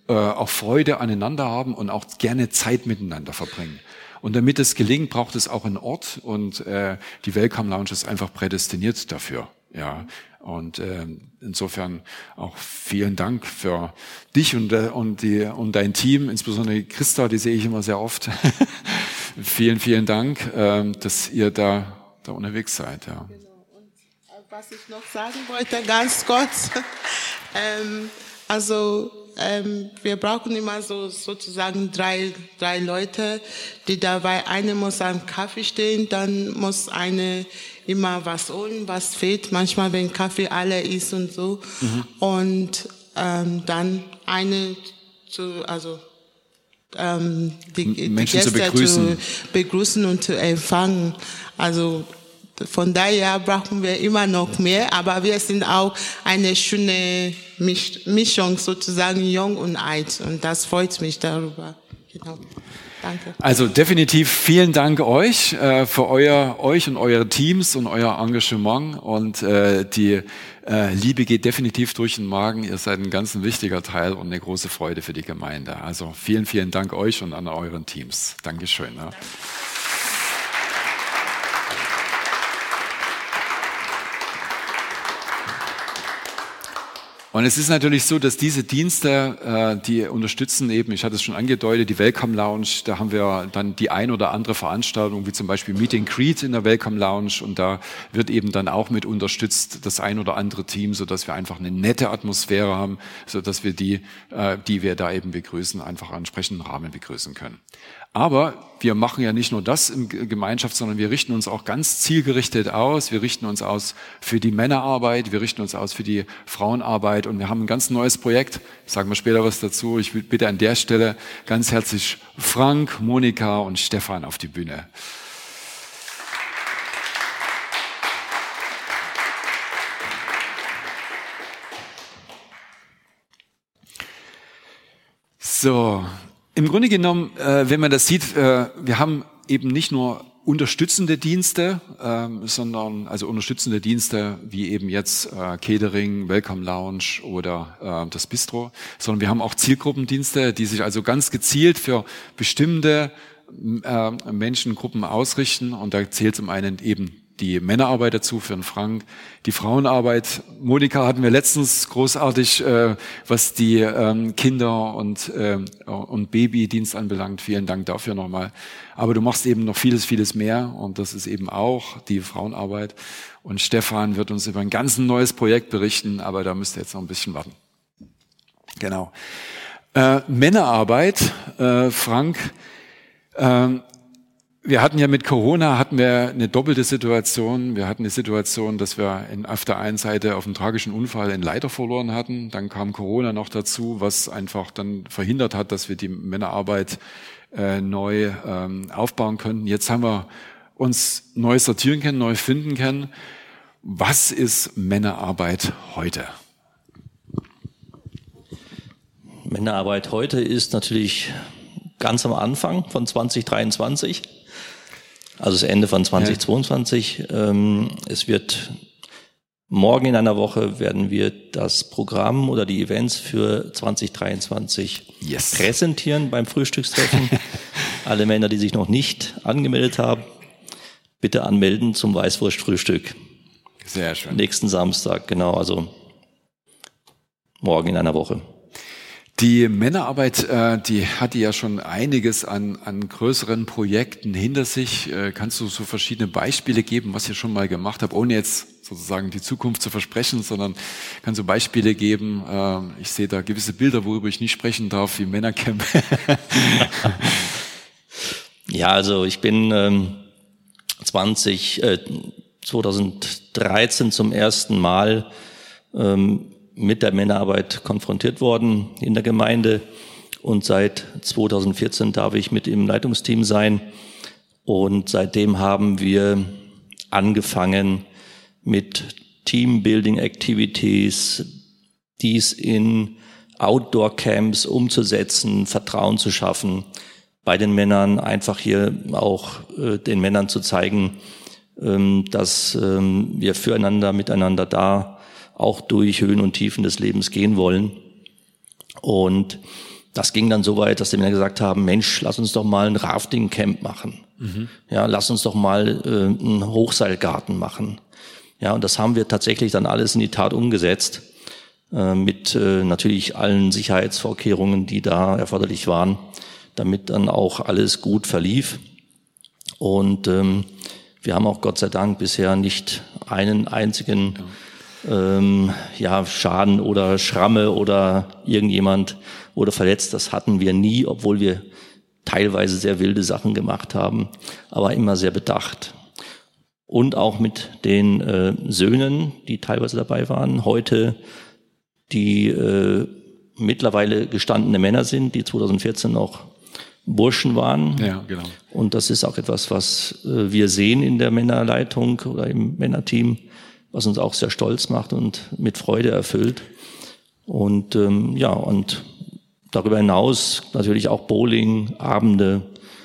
äh, auch Freude aneinander haben und auch gerne Zeit miteinander verbringen. Und damit es gelingt, braucht es auch einen Ort und äh, die Welcome Lounge ist einfach prädestiniert dafür. Ja, und äh, insofern auch vielen Dank für dich und äh, und die und dein Team, insbesondere Christa, die sehe ich immer sehr oft. vielen, vielen Dank, äh, dass ihr da da unterwegs seid. Ja. Genau. Und was ich noch sagen wollte, ganz kurz, ähm, also ähm, wir brauchen immer so sozusagen drei drei Leute, die dabei, eine muss am Kaffee stehen, dann muss eine immer was holen, was fehlt, manchmal wenn Kaffee alle ist und so. Mhm. Und ähm, dann eine zu, also ähm, die, die Gäste zu begrüßen. zu begrüßen und zu empfangen. Also von daher brauchen wir immer noch mehr, aber wir sind auch eine schöne Mischung, sozusagen jung und alt. Und das freut mich darüber. Genau. Danke. Also definitiv vielen Dank euch äh, für euer euch und eure Teams und euer Engagement und äh, die äh, Liebe geht definitiv durch den Magen. Ihr seid ein ganz ein wichtiger Teil und eine große Freude für die Gemeinde. Also vielen, vielen Dank euch und an euren Teams. Dankeschön. Ja. Und es ist natürlich so, dass diese Dienste, äh, die unterstützen eben, ich hatte es schon angedeutet, die Welcome Lounge, da haben wir dann die ein oder andere Veranstaltung, wie zum Beispiel Meet and Greet in der Welcome Lounge und da wird eben dann auch mit unterstützt das ein oder andere Team, sodass wir einfach eine nette Atmosphäre haben, sodass wir die, äh, die wir da eben begrüßen, einfach einen entsprechenden Rahmen begrüßen können. Aber wir machen ja nicht nur das in Gemeinschaft, sondern wir richten uns auch ganz zielgerichtet aus. Wir richten uns aus für die Männerarbeit, wir richten uns aus für die Frauenarbeit und wir haben ein ganz neues Projekt. Sagen wir später was dazu. Ich bitte an der Stelle ganz herzlich Frank, Monika und Stefan auf die Bühne. So. Im Grunde genommen, äh, wenn man das sieht, äh, wir haben eben nicht nur unterstützende Dienste, ähm, sondern also unterstützende Dienste wie eben jetzt äh, Catering, Welcome Lounge oder äh, das Bistro, sondern wir haben auch Zielgruppendienste, die sich also ganz gezielt für bestimmte äh, Menschengruppen ausrichten und da zählt zum einen eben die Männerarbeit dazu für den Frank, die Frauenarbeit. Monika hatten wir letztens großartig, äh, was die ähm, Kinder- und, äh, und Babydienst anbelangt. Vielen Dank dafür nochmal. Aber du machst eben noch vieles, vieles mehr und das ist eben auch die Frauenarbeit. Und Stefan wird uns über ein ganz neues Projekt berichten, aber da müsst ihr jetzt noch ein bisschen warten. Genau. Äh, Männerarbeit, äh, Frank, äh, wir hatten ja mit Corona hatten wir eine doppelte Situation. Wir hatten eine Situation, dass wir in, auf der einen Seite auf einen tragischen Unfall einen Leiter verloren hatten. Dann kam Corona noch dazu, was einfach dann verhindert hat, dass wir die Männerarbeit äh, neu ähm, aufbauen könnten. Jetzt haben wir uns neu sortieren können, neu finden können. Was ist Männerarbeit heute? Männerarbeit heute ist natürlich ganz am Anfang von zwanzig dreiundzwanzig. Also das Ende von zwanzig zweiundzwanzig. Ja. Es wird morgen in einer Woche werden wir das Programm oder die Events für zwanzig dreiundzwanzig yes. präsentieren beim Frühstückstreffen. Alle Männer, die sich noch nicht angemeldet haben, bitte anmelden zum Weißwurstfrühstück. Sehr schön. Nächsten Samstag, genau, also morgen in einer Woche. Die Männerarbeit, äh, die hatte ja schon einiges an, an größeren Projekten hinter sich. Äh, kannst du so verschiedene Beispiele geben, was ihr schon mal gemacht habt, ohne jetzt sozusagen die Zukunft zu versprechen, sondern kannst du Beispiele geben? Äh, ich sehe da gewisse Bilder, worüber ich nicht sprechen darf, wie Männercamp. Ja, also ich bin ähm, zwanzig, äh, zweitausenddreizehn zum ersten Mal ähm, mit der Männerarbeit konfrontiert worden in der Gemeinde und seit zweitausendvierzehn darf ich mit im Leitungsteam sein und seitdem haben wir angefangen mit Teambuilding Activities, dies in Outdoor-Camps umzusetzen, Vertrauen zu schaffen, bei den Männern einfach hier auch äh, den Männern zu zeigen, ähm, dass ähm, wir füreinander, miteinander da auch durch Höhen und Tiefen des Lebens gehen wollen. Und das ging dann so weit, dass die Männer gesagt haben, Mensch, lass uns doch mal ein Rafting-Camp machen. Mhm. Ja, lass uns doch mal äh, einen Hochseilgarten machen. Ja, und das haben wir tatsächlich dann alles in die Tat umgesetzt, äh, mit äh, natürlich allen Sicherheitsvorkehrungen, die da erforderlich waren, damit dann auch alles gut verlief. Und ähm, wir haben auch Gott sei Dank bisher nicht einen einzigen ja. ähm, ja, Schaden oder Schramme oder irgendjemand wurde verletzt. Das hatten wir nie, obwohl wir teilweise sehr wilde Sachen gemacht haben, aber immer sehr bedacht. Und auch mit den äh, Söhnen, die teilweise dabei waren, heute die äh, mittlerweile gestandene Männer sind, die zweitausendvierzehn noch Burschen waren. Ja, genau. Und das ist auch etwas, was äh, wir sehen in der Männerleitung oder im Männerteam, was uns auch sehr stolz macht und mit Freude erfüllt. Und ähm, ja, und darüber hinaus natürlich auch Bowling, Abende,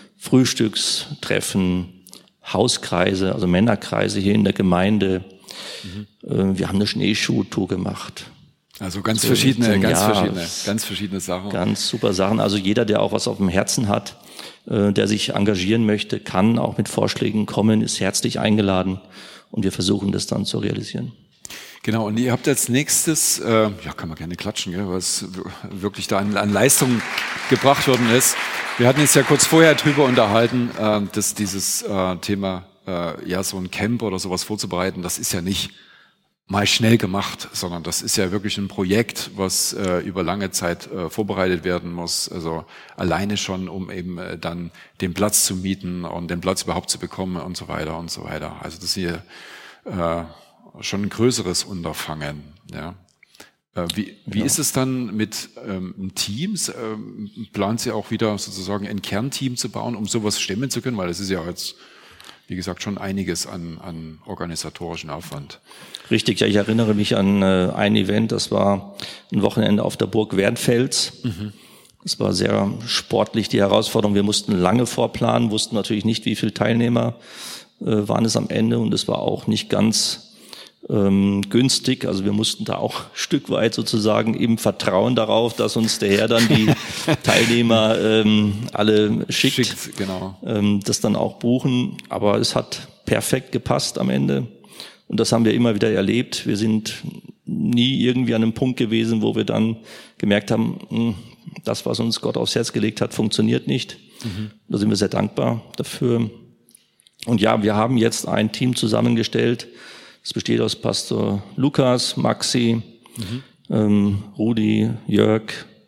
Frühstückstreffen, Hauskreise, also Männerkreise hier in der Gemeinde. Mhm. Äh, wir haben eine Schneeschuhtour gemacht. Also ganz so verschiedene, ganz ja, verschiedene, ganz verschiedene Sachen. Ganz super Sachen. Also jeder, der auch was auf dem Herzen hat, äh, der sich engagieren möchte, kann auch mit Vorschlägen kommen, ist herzlich eingeladen und wir versuchen das dann zu realisieren. Genau, und ihr habt als nächstes, äh, ja, kann man gerne klatschen, gell, was wirklich da an, an Leistung gebracht worden ist. Wir hatten jetzt ja kurz vorher drüber unterhalten, äh, dass dieses äh, Thema, äh, ja, so ein Camp oder sowas vorzubereiten, das ist ja nicht mal schnell gemacht, sondern das ist ja wirklich ein Projekt, was äh, über lange Zeit äh, vorbereitet werden muss. Also alleine schon, um eben äh, dann den Platz zu mieten und den Platz überhaupt zu bekommen und so weiter und so weiter. Also das ist hier äh, schon ein größeres Unterfangen. Ja. Äh, wie wie ja. ist es dann mit ähm, Teams? Ähm, plant Sie auch wieder sozusagen ein Kernteam zu bauen, um sowas stemmen zu können? Weil das ist ja jetzt, wie gesagt, schon einiges an, an organisatorischen Aufwand. Richtig, ja, ich erinnere mich an äh, ein Event, das war ein Wochenende auf der Burg Wernfels. Mhm. Das war sehr sportlich, die Herausforderung. Wir mussten lange vorplanen, wussten natürlich nicht, wie viele Teilnehmer äh, waren es am Ende und es war auch nicht ganz ähm, günstig. Also wir mussten da auch ein Stück weit sozusagen im Vertrauen darauf, dass uns der Herr dann die Teilnehmer ähm, alle schickt, schickt genau. ähm, das dann auch buchen. Aber es hat perfekt gepasst am Ende. Und das haben wir immer wieder erlebt. Wir sind nie irgendwie an einem Punkt gewesen, wo wir dann gemerkt haben, das, was uns Gott aufs Herz gelegt hat, funktioniert nicht. Mhm. Da sind wir sehr dankbar dafür. Und ja, wir haben jetzt ein Team zusammengestellt. Es besteht aus Pastor Lukas, Maxi, mhm. ähm, Rudi, Jörg,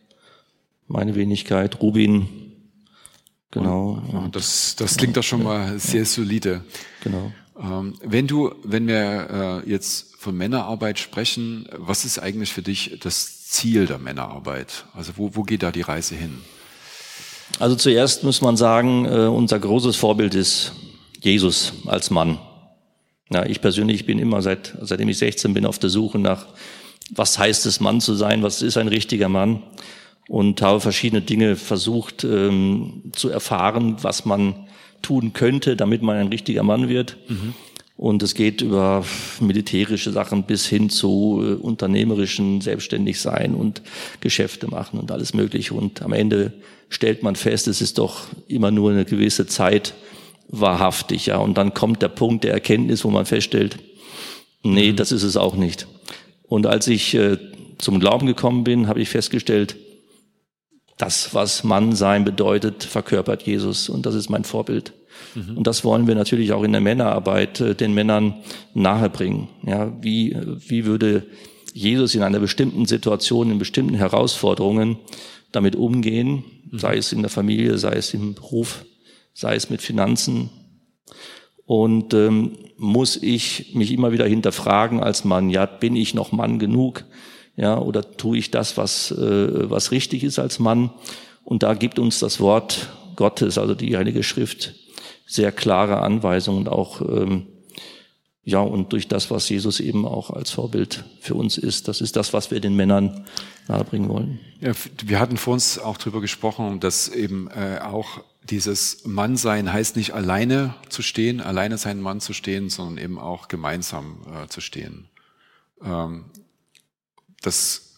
meine Wenigkeit, Rubin. Genau. Und das, das klingt doch schon mal sehr solide. Genau. Ähm, wenn du, wenn wir äh, jetzt von Männerarbeit sprechen, was ist eigentlich für dich das Ziel der Männerarbeit? Also wo, wo geht da die Reise hin? Also zuerst muss man sagen, äh, unser großes Vorbild ist Jesus als Mann. Ja, ich persönlich bin immer seit, seitdem ich sechzehn bin, auf der Suche nach, was heißt es, Mann zu sein? Was ist ein richtiger Mann? Und habe verschiedene Dinge versucht ähm, zu erfahren, was man tun könnte, damit man ein richtiger Mann wird. Mhm. Und es geht über militärische Sachen bis hin zu äh, unternehmerischen selbstständig sein und Geschäfte machen und alles Mögliche. Und am Ende stellt man fest, es ist doch immer nur eine gewisse Zeit wahrhaftig. Ja. Und dann kommt der Punkt der Erkenntnis, wo man feststellt, nee, mhm. das ist es auch nicht. Und als ich äh, zum Glauben gekommen bin, habe ich festgestellt, das, was Mann sein bedeutet, verkörpert Jesus. Und das ist mein Vorbild. Mhm. Und das wollen wir natürlich auch in der Männerarbeit äh, den Männern nahebringen. Ja, wie, wie würde Jesus in einer bestimmten Situation, in bestimmten Herausforderungen damit umgehen, mhm. sei es in der Familie, sei es im Beruf, sei es mit Finanzen. Und ähm, muss ich mich immer wieder hinterfragen als Mann, ja, bin ich noch Mann genug? Ja, oder tue ich das, was äh, was richtig ist als Mann? Und da gibt uns das Wort Gottes, also die Heilige Schrift, sehr klare Anweisungen und auch ähm, ja und durch das, was Jesus eben auch als Vorbild für uns ist, das ist das, was wir den Männern nahebringen wollen. Ja, wir hatten vor uns auch drüber gesprochen, dass eben äh, auch dieses Mannsein heißt nicht alleine zu stehen, alleine sein Mann zu stehen, sondern eben auch gemeinsam äh, zu stehen. Ähm, Das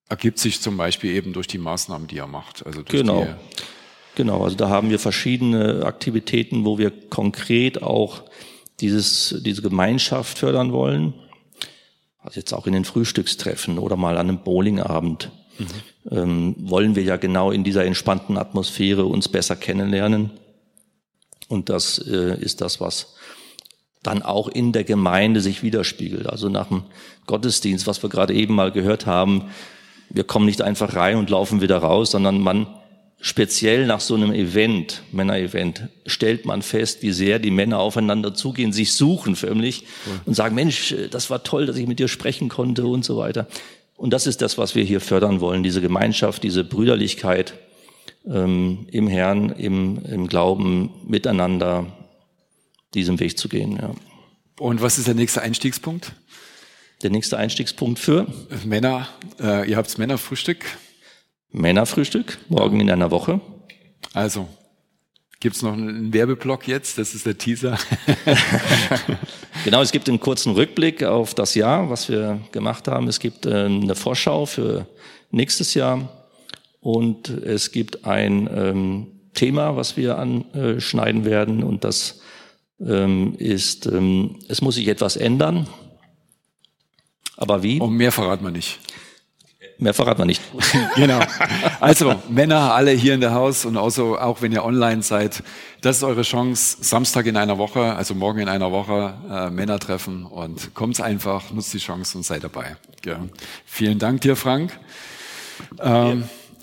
ergibt sich zum Beispiel eben durch die Maßnahmen, die er macht. Also durch genau. die Genau, also da haben wir verschiedene Aktivitäten, wo wir konkret auch dieses, diese Gemeinschaft fördern wollen. Also jetzt auch in den Frühstückstreffen oder mal an einem Bowlingabend. Mhm. Ähm, wollen wir ja genau in dieser entspannten Atmosphäre uns besser kennenlernen. Und das äh, ist das, was dann auch in der Gemeinde sich widerspiegelt. Also nach dem Gottesdienst, was wir gerade eben mal gehört haben, wir kommen nicht einfach rein und laufen wieder raus, sondern man speziell nach so einem Event, Männer-Event, stellt man fest, wie sehr die Männer aufeinander zugehen, sich suchen förmlich cool. Und sagen, Mensch, das war toll, dass ich mit dir sprechen konnte und so weiter. Und das ist das, was wir hier fördern wollen, diese Gemeinschaft, diese Brüderlichkeit ähm, im Herrn, im, im Glauben, miteinander diesem Weg zu gehen. Ja. Und was ist der nächste Einstiegspunkt? Der nächste Einstiegspunkt für? Männer, äh, ihr habt Männerfrühstück. Männerfrühstück, morgen in einer Woche. Also, gibt's noch einen Werbeblock jetzt? Das ist der Teaser. Genau, es gibt einen kurzen Rückblick auf das Jahr, was wir gemacht haben. Es gibt äh, eine Vorschau für nächstes Jahr und es gibt ein ähm, Thema, was wir anschneiden werden und das ähm, ist, ähm, es muss sich etwas ändern. Aber wie? Und mehr verraten wir nicht. Mehr verraten wir nicht. Genau. Also, Männer, alle hier in der Haus und also auch wenn ihr online seid, das ist eure Chance, Samstag in einer Woche, also morgen in einer Woche, äh, Männer treffen und kommt einfach, nutzt die Chance und seid dabei. Ja. Vielen Dank dir, Frank. Ähm,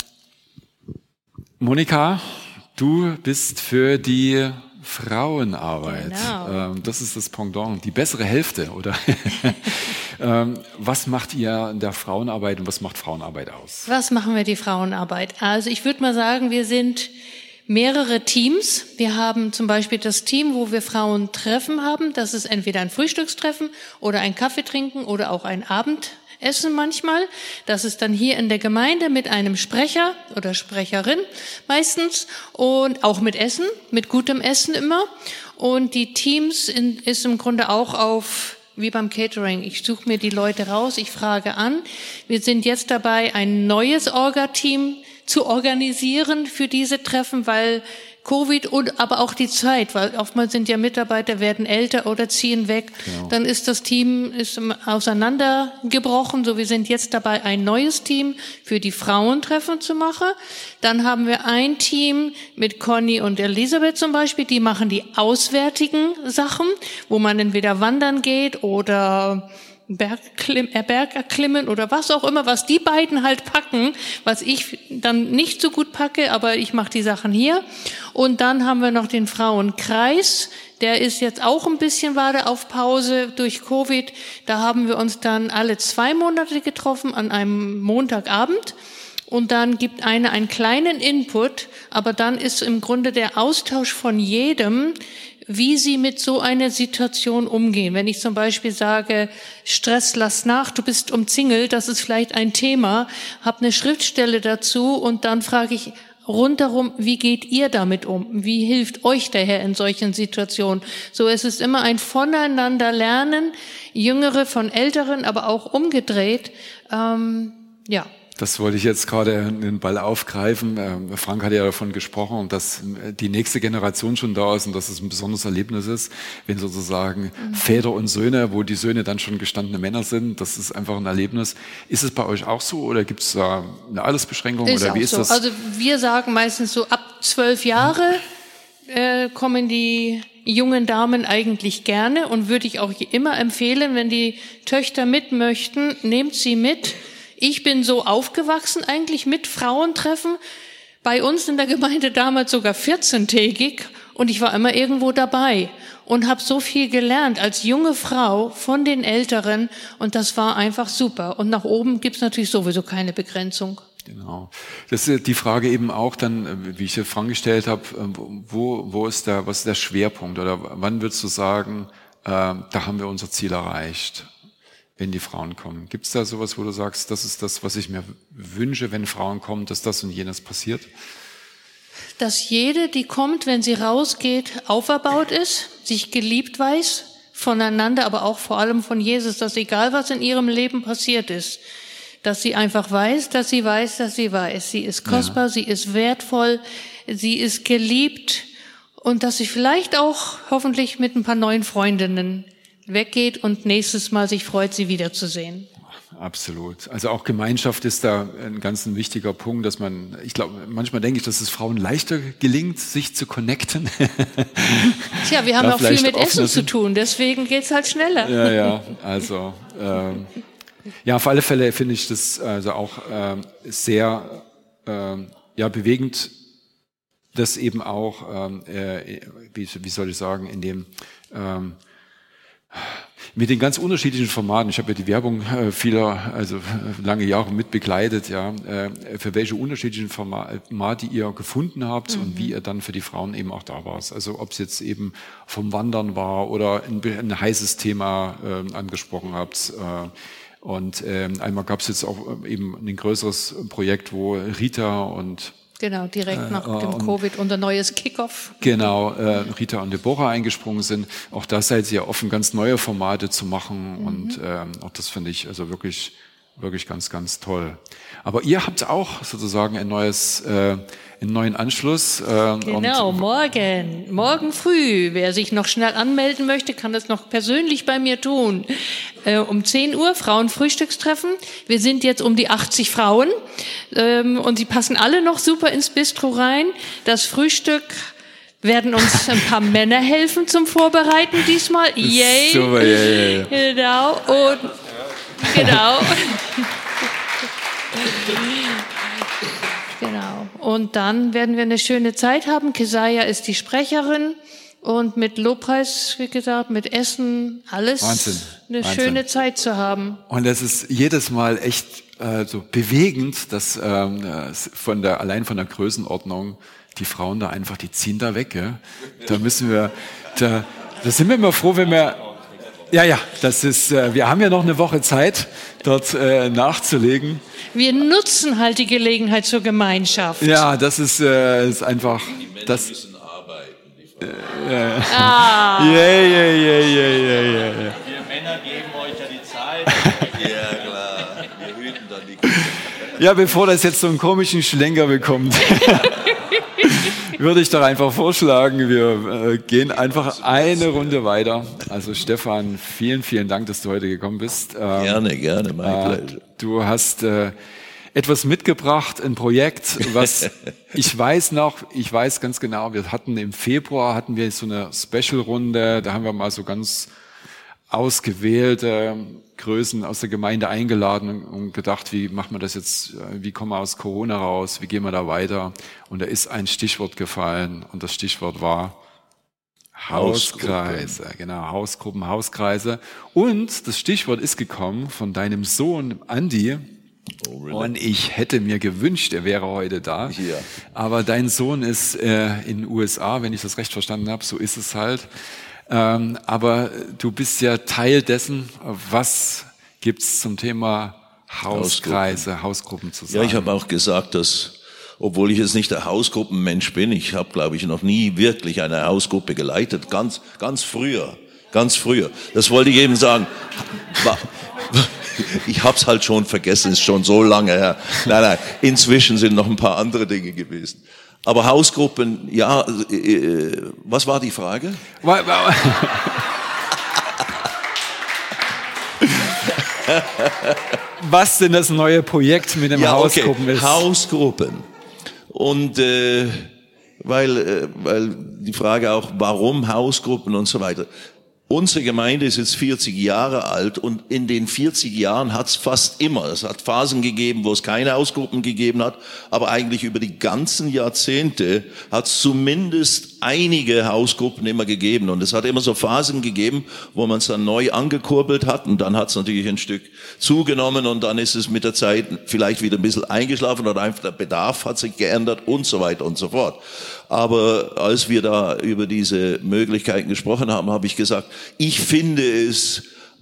Monika, du bist für die Frauenarbeit. Genau. Ähm, das ist das Pendant, die bessere Hälfte, oder? ähm, was macht ihr in der Frauenarbeit und was macht Frauenarbeit aus? Was machen wir die Frauenarbeit? Also ich würde mal sagen, wir sind mehrere Teams. Wir haben zum Beispiel das Team, wo wir Frauentreffen haben. Das ist entweder ein Frühstückstreffen oder ein Kaffee trinken oder auch ein Abendessen manchmal. Das ist dann hier in der Gemeinde mit einem Sprecher oder Sprecherin meistens und auch mit Essen, mit gutem Essen immer. Und die Teams in, ist im Grunde auch auf, wie beim Catering. Ich suche mir die Leute raus, ich frage an. Wir sind jetzt dabei, ein neues Orga-Team zu organisieren für diese Treffen, weil Covid und aber auch die Zeit, weil oftmals sind ja Mitarbeiter, werden älter oder ziehen weg. Genau. Dann ist das Team ist auseinandergebrochen. So, wir sind jetzt dabei, ein neues Team für die Frauentreffen zu machen. Dann haben wir ein Team mit Conny und Elisabeth zum Beispiel, die machen die auswärtigen Sachen, wo man entweder wandern geht oder Bergklim, äh, Berg erklimmen oder was auch immer, was die beiden halt packen, was ich dann nicht so gut packe, aber ich mache die Sachen hier. Und dann haben wir noch den Frauenkreis, der ist jetzt auch ein bisschen gerade auf Pause durch Covid. Da haben wir uns dann alle zwei Monate getroffen an einem Montagabend. Und dann gibt eine einen kleinen Input, aber dann ist im Grunde der Austausch von jedem, wie sie mit so einer Situation umgehen. Wenn ich zum Beispiel sage, Stress, lass nach, du bist umzingelt, das ist vielleicht ein Thema, habe eine Schriftstelle dazu und dann frage ich rundherum, wie geht ihr damit um? Wie hilft euch der Herr in solchen Situationen? So, es ist immer ein Voneinander lernen, Jüngere von Älteren, aber auch umgedreht. Ähm, ja. Das wollte ich jetzt gerade den Ball aufgreifen. Frank hat ja davon gesprochen, dass die nächste Generation schon da ist und dass es ein besonderes Erlebnis ist, wenn sozusagen mhm. Väter und Söhne, wo die Söhne dann schon gestandene Männer sind, das ist einfach ein Erlebnis. Ist es bei euch auch so oder gibt es da eine Altersbeschränkung ist oder wie auch ist so. das? Also wir sagen meistens so ab zwölf Jahre äh, kommen die jungen Damen eigentlich gerne und würde ich auch immer empfehlen, wenn die Töchter mit möchten, nehmt sie mit. Ich bin so aufgewachsen eigentlich mit Frauentreffen. Bei uns in der Gemeinde damals sogar vierzehntägig und ich war immer irgendwo dabei und habe so viel gelernt als junge Frau von den Älteren und das war einfach super. Und nach oben gibt's natürlich sowieso keine Begrenzung. Genau. Das ist die Frage eben auch dann, wie ich dir Frank gestellt habe, wo, wo ist der, was ist der Schwerpunkt oder wann würdest du sagen, äh, da haben wir unser Ziel erreicht? Wenn die Frauen kommen. Gibt es da sowas, wo du sagst, das ist das, was ich mir wünsche, wenn Frauen kommen, dass das und jenes passiert? Dass jede, die kommt, wenn sie rausgeht, auferbaut ist, sich geliebt weiß, voneinander, aber auch vor allem von Jesus, dass egal was in ihrem Leben passiert ist, dass sie einfach weiß, dass sie weiß, dass sie weiß. Sie ist kostbar, ja. Sie ist wertvoll, sie ist geliebt und dass sie vielleicht auch hoffentlich mit ein paar neuen Freundinnen weggeht und nächstes Mal sich freut, sie wiederzusehen. Absolut. Also auch Gemeinschaft ist da ein ganz ein wichtiger Punkt, dass man, ich glaube, manchmal denke ich, dass es Frauen leichter gelingt, sich zu connecten. Tja, wir haben auch viel mit Essen zu tun, deswegen geht's halt schneller. Ja, ja, also ähm, ja, auf alle Fälle finde ich das also auch ähm, sehr ähm, ja, bewegend, dass eben auch, ähm, äh, wie, wie soll ich sagen, in dem ähm, mit den ganz unterschiedlichen Formaten. Ich habe ja die Werbung äh, vieler, also äh, lange Jahre mit begleitet, ja, äh, für welche unterschiedlichen Formate ihr gefunden habt mhm. und wie ihr dann für die Frauen eben auch da wart. Also ob es jetzt eben vom Wandern war oder ein, ein heißes Thema äh, angesprochen habt. Äh, und äh, einmal gab es jetzt auch eben ein größeres Projekt, wo Rita und Genau, direkt nach äh, dem Covid unser neues Kickoff. Genau, äh, Rita und Deborah eingesprungen sind. Auch da seid ihr offen, ganz neue Formate zu machen mhm. und ähm, auch das finde ich also wirklich, wirklich ganz, ganz toll. Aber ihr habt auch sozusagen ein neues, äh, einen neuen Anschluss. Äh, genau, und morgen, morgen früh. Wer sich noch schnell anmelden möchte, kann das noch persönlich bei mir tun. Äh, um zehn Uhr, Frauenfrühstückstreffen. Wir sind jetzt um die achtzig Frauen ähm, und sie passen alle noch super ins Bistro rein. Das Frühstück werden uns ein paar Männer helfen zum Vorbereiten diesmal. Yay! Super, yeah, yeah. Genau. Und genau. Genau. Und dann werden wir eine schöne Zeit haben. Kesaja ist die Sprecherin und mit Lobpreis, wie gesagt, mit Essen, alles Wahnsinn. eine Wahnsinn. schöne Zeit zu haben. Und es ist jedes Mal echt äh, so bewegend, dass ähm, von der allein von der Größenordnung die Frauen da einfach, die ziehen da weg. Gell? Da müssen wir, da, da sind wir immer froh, wenn wir Ja, ja, das ist, äh, wir haben ja noch eine Woche Zeit, dort äh, nachzulegen. Wir nutzen halt die Gelegenheit zur Gemeinschaft. Ja, das ist, äh, ist einfach, die Männer das, müssen arbeiten. Äh, äh, ah. yeah, yeah, yeah, yeah, yeah, yeah. Wir Männer geben euch ja die Zeit. Ja, klar. Wir hüten dann die Kinder. Ja, bevor das jetzt so einen komischen Schlenker bekommt, würde ich doch einfach vorschlagen, wir äh, gehen einfach eine Runde weiter. Also Stefan, vielen, vielen Dank, dass du heute gekommen bist. Ähm, gerne, gerne, mein äh, Pleasure. Du hast äh, etwas mitgebracht, ein Projekt, was ich weiß noch, ich weiß ganz genau, wir hatten im Februar, hatten wir so eine Special-Runde, da haben wir mal so ganz ausgewählte Größen aus der Gemeinde eingeladen und gedacht, wie machen wir das jetzt, wie kommen wir aus Corona raus, wie gehen wir da weiter? Und da ist ein Stichwort gefallen und das Stichwort war Hauskreise, genau, Hausgruppen, Hauskreise. Und das Stichwort ist gekommen von deinem Sohn Andi. Oh, really? Und ich hätte mir gewünscht, er wäre heute da. Ja. Aber dein Sohn ist äh, in den U S A, wenn ich das recht verstanden habe, so ist es halt. Ähm, aber du bist ja Teil dessen, was gibt's zum Thema Hauskreise, Hausgruppen, Hausgruppen zu sagen? Ja, ich habe auch gesagt, dass, obwohl ich jetzt nicht der Hausgruppenmensch bin, ich habe, glaube ich, noch nie wirklich eine Hausgruppe geleitet, ganz, ganz früher, ganz früher. Das wollte ich eben sagen. Ich hab's halt schon vergessen, ist schon so lange her. Nein, nein, inzwischen sind noch ein paar andere Dinge gewesen. Aber Hausgruppen, ja, äh, was war die Frage? Was denn das neue Projekt mit dem ja, Hausgruppen okay. ist? Hausgruppen. Und äh, weil, äh, weil die Frage auch, warum Hausgruppen und so weiter. Unsere Gemeinde ist jetzt vierzig Jahre alt und in den vierzig Jahren hat es fast immer, es hat Phasen gegeben, wo es keine Hausgruppen gegeben hat, aber eigentlich über die ganzen Jahrzehnte hat es zumindest einige Hausgruppen immer gegeben. Und es hat immer so Phasen gegeben, wo man es dann neu angekurbelt hat und dann hat es natürlich ein Stück zugenommen und dann ist es mit der Zeit vielleicht wieder ein bisschen eingeschlafen oder einfach der Bedarf hat sich geändert und so weiter und so fort. Aber als wir da über diese Möglichkeiten gesprochen haben, habe ich gesagt, ich finde es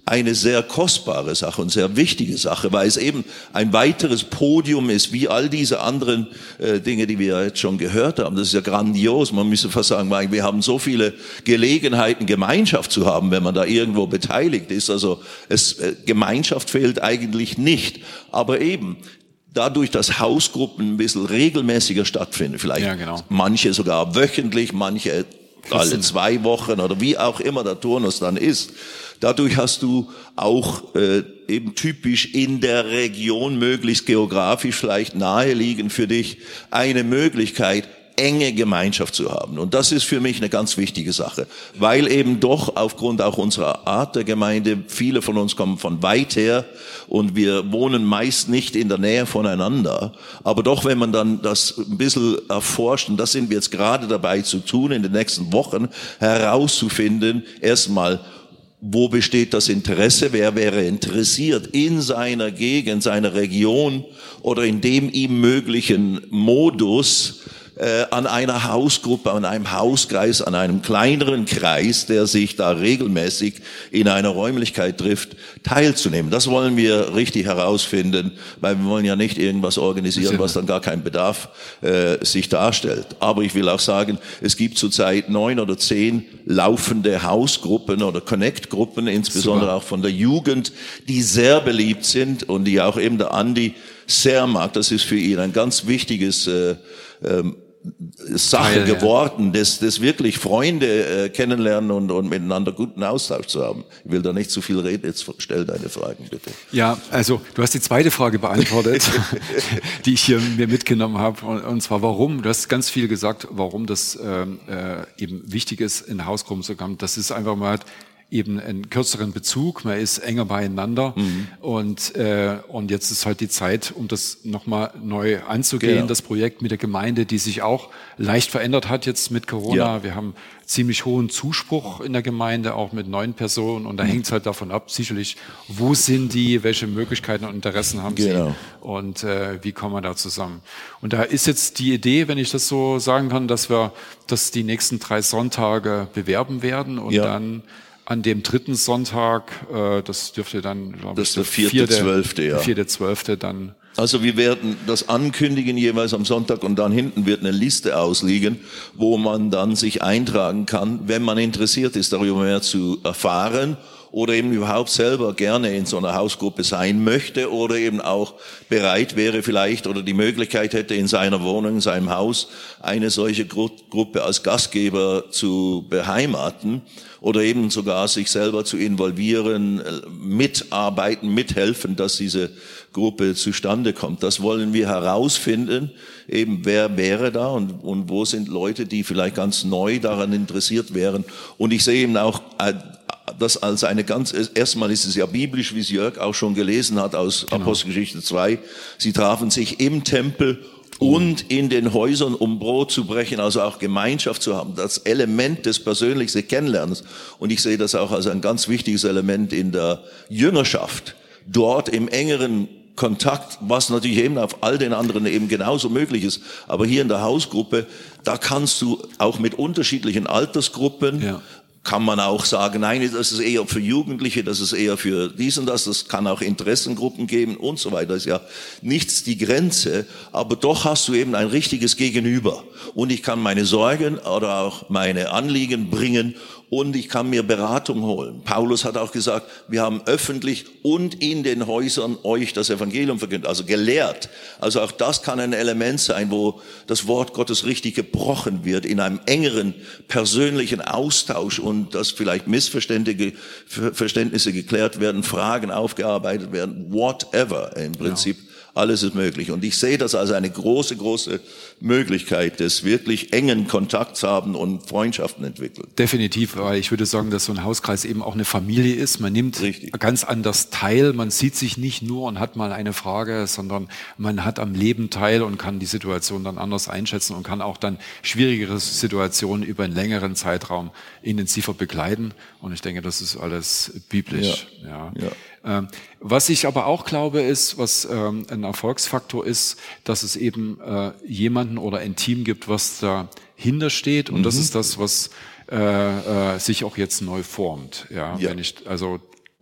eine sehr kostbare Sache und sehr wichtige Sache, weil es eben ein weiteres Podium ist, wie all diese anderen äh, Dinge, die wir jetzt schon gehört haben. Das ist ja grandios. Man müsste fast sagen, wir haben so viele Gelegenheiten, Gemeinschaft zu haben, wenn man da irgendwo beteiligt ist. Also es, äh, Gemeinschaft fehlt eigentlich nicht. Aber eben, dadurch, dass Hausgruppen ein bisschen regelmäßiger stattfinden, vielleicht ja, genau. manche sogar wöchentlich, manche alle zwei Wochen oder wie auch immer der Turnus dann ist. Dadurch hast du auch äh, eben typisch in der Region, möglichst geografisch vielleicht naheliegend für dich, eine Möglichkeit, enge Gemeinschaft zu haben. Und das ist für mich eine ganz wichtige Sache, weil eben doch aufgrund auch unserer Art der Gemeinde, viele von uns kommen von weit her und wir wohnen meist nicht in der Nähe voneinander. Aber doch, wenn man dann das ein bisschen erforscht, und das sind wir jetzt gerade dabei zu tun, in den nächsten Wochen herauszufinden, erstmal, wo besteht das Interesse? Wer wäre interessiert in seiner Gegend, seiner Region oder in dem ihm möglichen Modus äh, an einer Hausgruppe, an einem Hauskreis, an einem kleineren Kreis, der sich da regelmäßig in einer Räumlichkeit trifft, teilzunehmen? Das wollen wir richtig herausfinden, weil wir wollen ja nicht irgendwas organisieren, was dann gar kein Bedarf äh, sich darstellt. Aber ich will auch sagen, es gibt zurzeit neun oder zehn laufende Hausgruppen oder Connect-Gruppen, insbesondere Super. Auch von der Jugend, die sehr beliebt sind und die auch eben der Andi sehr mag. Das ist für ihn ein ganz wichtiges äh, ähm, Sache Teil, geworden, ja. das, das wirklich Freunde äh, kennenlernen und, und miteinander guten Austausch zu haben. Ich will da nicht zu viel reden, jetzt stell deine Fragen bitte. Ja, also du hast die zweite Frage beantwortet, die ich hier mir mitgenommen habe, und, und zwar warum. Du hast ganz viel gesagt, warum das ähm, äh, eben wichtig ist, in Hausgruppen zu kommen. Das ist einfach mal eben einen kürzeren Bezug, man ist enger beieinander mhm. und äh, und jetzt ist halt die Zeit, um das nochmal neu anzugehen, genau. Das Projekt mit der Gemeinde, die sich auch leicht verändert hat jetzt mit Corona. Ja. Wir haben ziemlich hohen Zuspruch in der Gemeinde, auch mit neuen Personen, und da mhm. hängt es halt davon ab, sicherlich, wo sind die, welche Möglichkeiten und Interessen haben genau. sie und äh, wie kommen wir da zusammen. Und da ist jetzt die Idee, wenn ich das so sagen kann, dass wir das die nächsten drei Sonntage bewerben werden und ja. dann an dem dritten Sonntag, äh, das dürfte dann, glaube ich, der vierte, zwölfte, ja. vierte, zwölfte dann. Also wir werden das ankündigen jeweils am Sonntag und dann hinten wird eine Liste ausliegen, wo man dann sich eintragen kann, wenn man interessiert ist, darüber mehr zu erfahren oder eben überhaupt selber gerne in so einer Hausgruppe sein möchte oder eben auch bereit wäre vielleicht oder die Möglichkeit hätte, in seiner Wohnung, in seinem Haus eine solche Gru- Gruppe als Gastgeber zu beheimaten oder eben sogar sich selber zu involvieren, mitarbeiten, mithelfen, dass diese Gruppe zustande kommt. Das wollen wir herausfinden, eben wer wäre da und, und wo sind Leute, die vielleicht ganz neu daran interessiert wären. Und ich sehe eben auch das als eine ganz, erstmal ist es ja biblisch, wie es Jörg auch schon gelesen hat aus genau. Apostelgeschichte zwei. Sie trafen sich im Tempel und in den Häusern, um Brot zu brechen, also auch Gemeinschaft zu haben, das Element des persönlichen Kennenlernens. Und ich sehe das auch als ein ganz wichtiges Element in der Jüngerschaft. Dort im engeren Kontakt, was natürlich eben auf all den anderen eben genauso möglich ist. Aber hier in der Hausgruppe, da kannst du auch mit unterschiedlichen Altersgruppen, ja. kann man auch sagen, nein, das ist eher für Jugendliche, das ist eher für dies und das, das kann auch Interessengruppen geben und so weiter. Das ist ja nichts die Grenze, aber doch hast du eben ein richtiges Gegenüber. Und ich kann meine Sorgen oder auch meine Anliegen bringen und ich kann mir Beratung holen. Paulus hat auch gesagt, wir haben öffentlich und in den Häusern euch das Evangelium verkündet, also gelehrt. Also auch das kann ein Element sein, wo das Wort Gottes richtig gebrochen wird, in einem engeren persönlichen Austausch und dass vielleicht Missverständnisse Verständnisse geklärt werden, Fragen aufgearbeitet werden, whatever im Prinzip. Ja. Alles ist möglich. Und ich sehe das als eine große, große Möglichkeit, des wirklich engen Kontakts haben und Freundschaften entwickeln. Definitiv, weil ich würde sagen, dass so ein Hauskreis eben auch eine Familie ist. Man nimmt Richtig. ganz anders teil. Man sieht sich nicht nur und hat mal eine Frage, sondern man hat am Leben teil und kann die Situation dann anders einschätzen und kann auch dann schwierigere Situationen über einen längeren Zeitraum intensiver begleiten. Und ich denke, das ist alles biblisch. Ja. Ja. Ja. Ähm, was ich aber auch glaube, ist, was ähm, ein Erfolgsfaktor ist, dass es eben äh, jemanden oder ein Team gibt, was dahinter steht. Und mhm. das ist das, was äh, äh, sich auch jetzt neu formt. Ja, ja. Wenn ich, also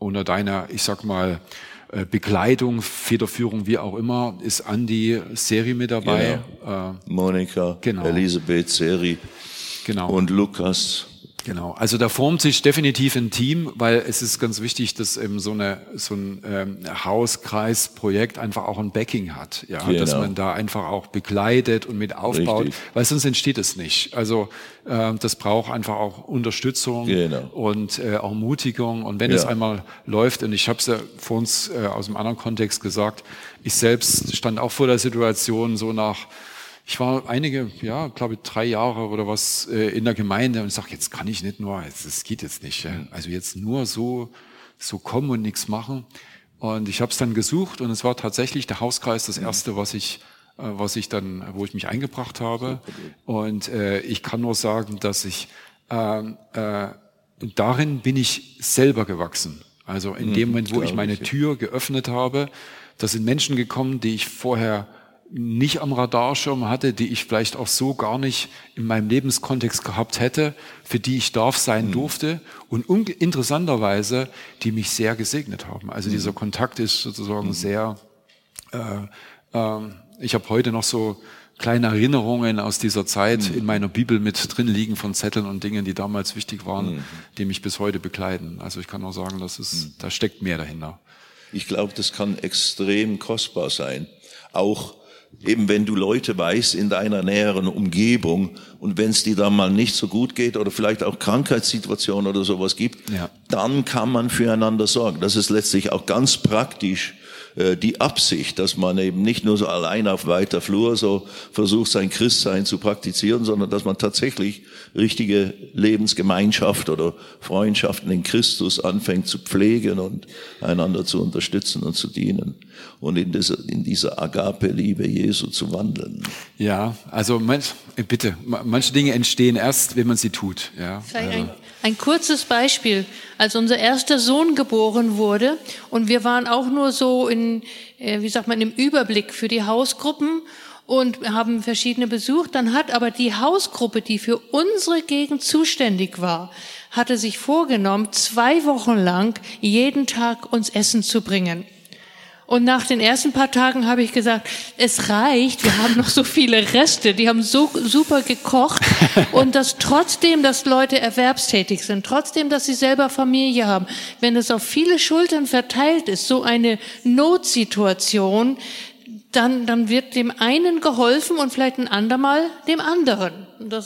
unter deiner, ich sag mal, Begleitung, Federführung, wie auch immer, ist Andi Seri mit dabei. Genau. Äh, Monika, genau. Elisabeth Seri genau. und Lukas. Genau, also da formt sich definitiv ein Team, weil es ist ganz wichtig, dass eben so eine so ein ähm, Hauskreisprojekt einfach auch ein Backing hat, ja, genau. Dass man da einfach auch begleitet und mit aufbaut, richtig. Weil sonst entsteht es nicht. Also äh, das braucht einfach auch Unterstützung genau. und äh, auch Ermutigung. Und wenn ja. es einmal läuft, und ich habe es ja vor uns äh, aus einem anderen Kontext gesagt, ich selbst stand auch vor der Situation so nach Ich war einige, ja, glaube ich, drei Jahre oder was äh, in der Gemeinde und ich sage, jetzt kann ich nicht nur, das geht jetzt nicht. Ja. Also jetzt nur so so kommen und nichts machen. Und ich habe es dann gesucht und es war tatsächlich der Hauskreis das erste, was ich, äh, was ich dann, wo ich mich eingebracht habe. Und äh, ich kann nur sagen, dass ich äh, äh, darin bin ich selber gewachsen. Also in dem Moment, wo ich meine Tür geöffnet habe, da sind Menschen gekommen, die ich vorher nicht am Radarschirm hatte, die ich vielleicht auch so gar nicht in meinem Lebenskontext gehabt hätte, für die ich darf sein mhm. durfte und interessanterweise, die mich sehr gesegnet haben. Also mhm. dieser Kontakt ist sozusagen mhm. sehr, äh, äh, ich habe heute noch so kleine Erinnerungen aus dieser Zeit mhm. in meiner Bibel mit drin liegen von Zetteln und Dingen, die damals wichtig waren, mhm. die mich bis heute begleiten. Also ich kann nur sagen, das ist, mhm. da steckt mehr dahinter. Ich glaube, das kann extrem kostbar sein. Auch eben wenn du Leute weißt in deiner näheren Umgebung und wenn es dir dann mal nicht so gut geht oder vielleicht auch Krankheitssituationen oder sowas gibt, ja. dann kann man füreinander sorgen. Das ist letztlich auch ganz praktisch äh, die Absicht, dass man eben nicht nur so allein auf weiter Flur so versucht, sein Christsein zu praktizieren, sondern dass man tatsächlich richtige Lebensgemeinschaft oder Freundschaften in Christus anfängt zu pflegen und einander zu unterstützen und zu dienen und in dieser, in dieser Agape-Liebe Jesu zu wandeln. Ja, also manch, bitte, manche Dinge entstehen erst, wenn man sie tut. Ja, Vielleicht also. ein, ein kurzes Beispiel. Als unser erster Sohn geboren wurde und wir waren auch nur so in, wie sagt man, im Überblick für die Hausgruppen und haben verschiedene besucht, dann hat aber die Hausgruppe, die für unsere Gegend zuständig war, hatte sich vorgenommen, zwei Wochen lang jeden Tag uns Essen zu bringen. Und nach den ersten paar Tagen habe ich gesagt, es reicht, wir haben noch so viele Reste, die haben so super gekocht und das trotzdem, dass Leute erwerbstätig sind, trotzdem, dass sie selber Familie haben, wenn es auf viele Schultern verteilt ist, so eine Notsituation, dann, dann wird dem einen geholfen und vielleicht ein andermal dem anderen. Und das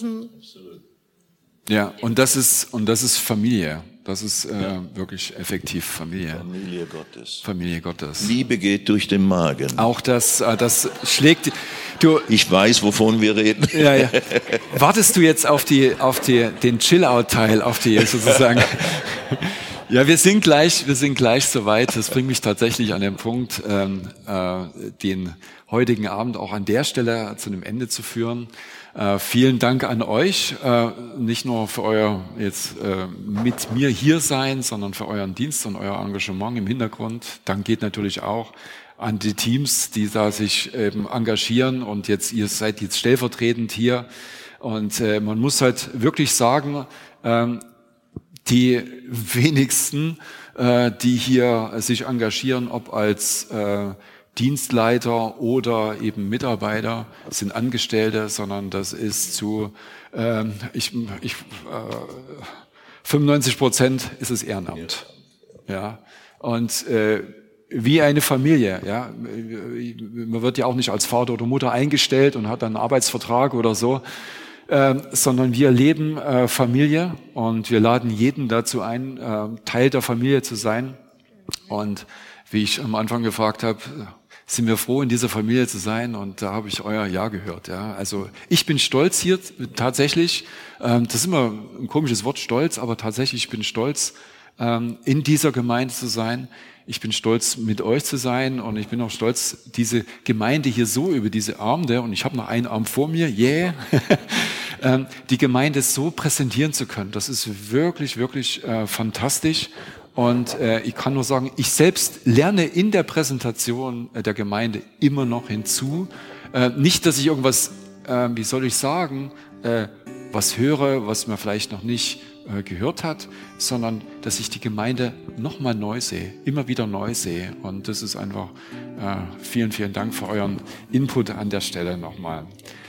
ja, und das ist, und das ist Familie. Das ist äh, ja. wirklich effektiv Familie. Familie Gottes. Familie Gottes. Liebe geht durch den Magen. Auch das, äh, das schlägt. Du. Ich weiß, wovon wir reden. Ja, ja. Wartest du jetzt auf die, auf die, den Chill-Out-Teil, auf die sozusagen? Ja, wir sind gleich, wir sind gleich soweit. Das bringt mich tatsächlich an den Punkt, ähm, äh, den heutigen Abend auch an der Stelle zu einem Ende zu führen. Äh, vielen Dank an euch, äh, nicht nur für euer jetzt äh, mit mir hier sein, sondern für euren Dienst und euer Engagement im Hintergrund. Dank geht natürlich auch an die Teams, die da sich eben engagieren und jetzt ihr seid jetzt stellvertretend hier. Und äh, man muss halt wirklich sagen, ähm, die wenigsten, äh, die hier sich engagieren, ob als äh, Dienstleiter oder eben Mitarbeiter, sind Angestellte, sondern das ist zu ähm, ich, ich, äh, fünfundneunzig Prozent ist es Ehrenamt. Ja, und äh, wie eine Familie. Ja, man wird ja auch nicht als Vater oder Mutter eingestellt und hat dann einen Arbeitsvertrag oder so. Äh, sondern wir leben äh, Familie und wir laden jeden dazu ein, äh, Teil der Familie zu sein. Und wie ich am Anfang gefragt habe, sind wir froh, in dieser Familie zu sein, und da habe ich euer Ja gehört. Ja, also ich bin stolz hier tatsächlich. Ähm, das ist immer ein komisches Wort, stolz, aber tatsächlich ich bin stolz, ähm, in dieser Gemeinde zu sein. Ich bin stolz, mit euch zu sein, und ich bin auch stolz, diese Gemeinde hier so über diese Arme, und ich habe noch einen Arm vor mir, yeah, die Gemeinde so präsentieren zu können. Das ist wirklich, wirklich äh, fantastisch. Und äh, ich kann nur sagen, ich selbst lerne in der Präsentation äh, der Gemeinde immer noch hinzu. Äh, nicht, dass ich irgendwas, äh, wie soll ich sagen, äh, was höre, was mir vielleicht noch nicht äh, gehört hat, sondern dass ich die Gemeinde nochmal neu sehe, immer wieder neu sehe. Und das ist einfach, äh, vielen, vielen Dank für euren Input an der Stelle nochmal.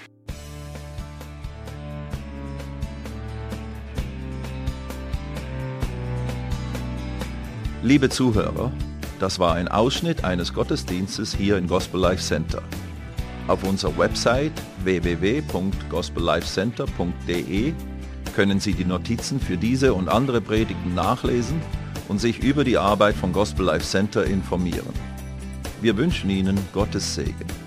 Liebe Zuhörer, das war ein Ausschnitt eines Gottesdienstes hier im Gospel Life Center. Auf unserer Website w w w punkt gospel life center punkt d e können Sie die Notizen für diese und andere Predigten nachlesen und sich über die Arbeit von Gospel Life Center informieren. Wir wünschen Ihnen Gottes Segen.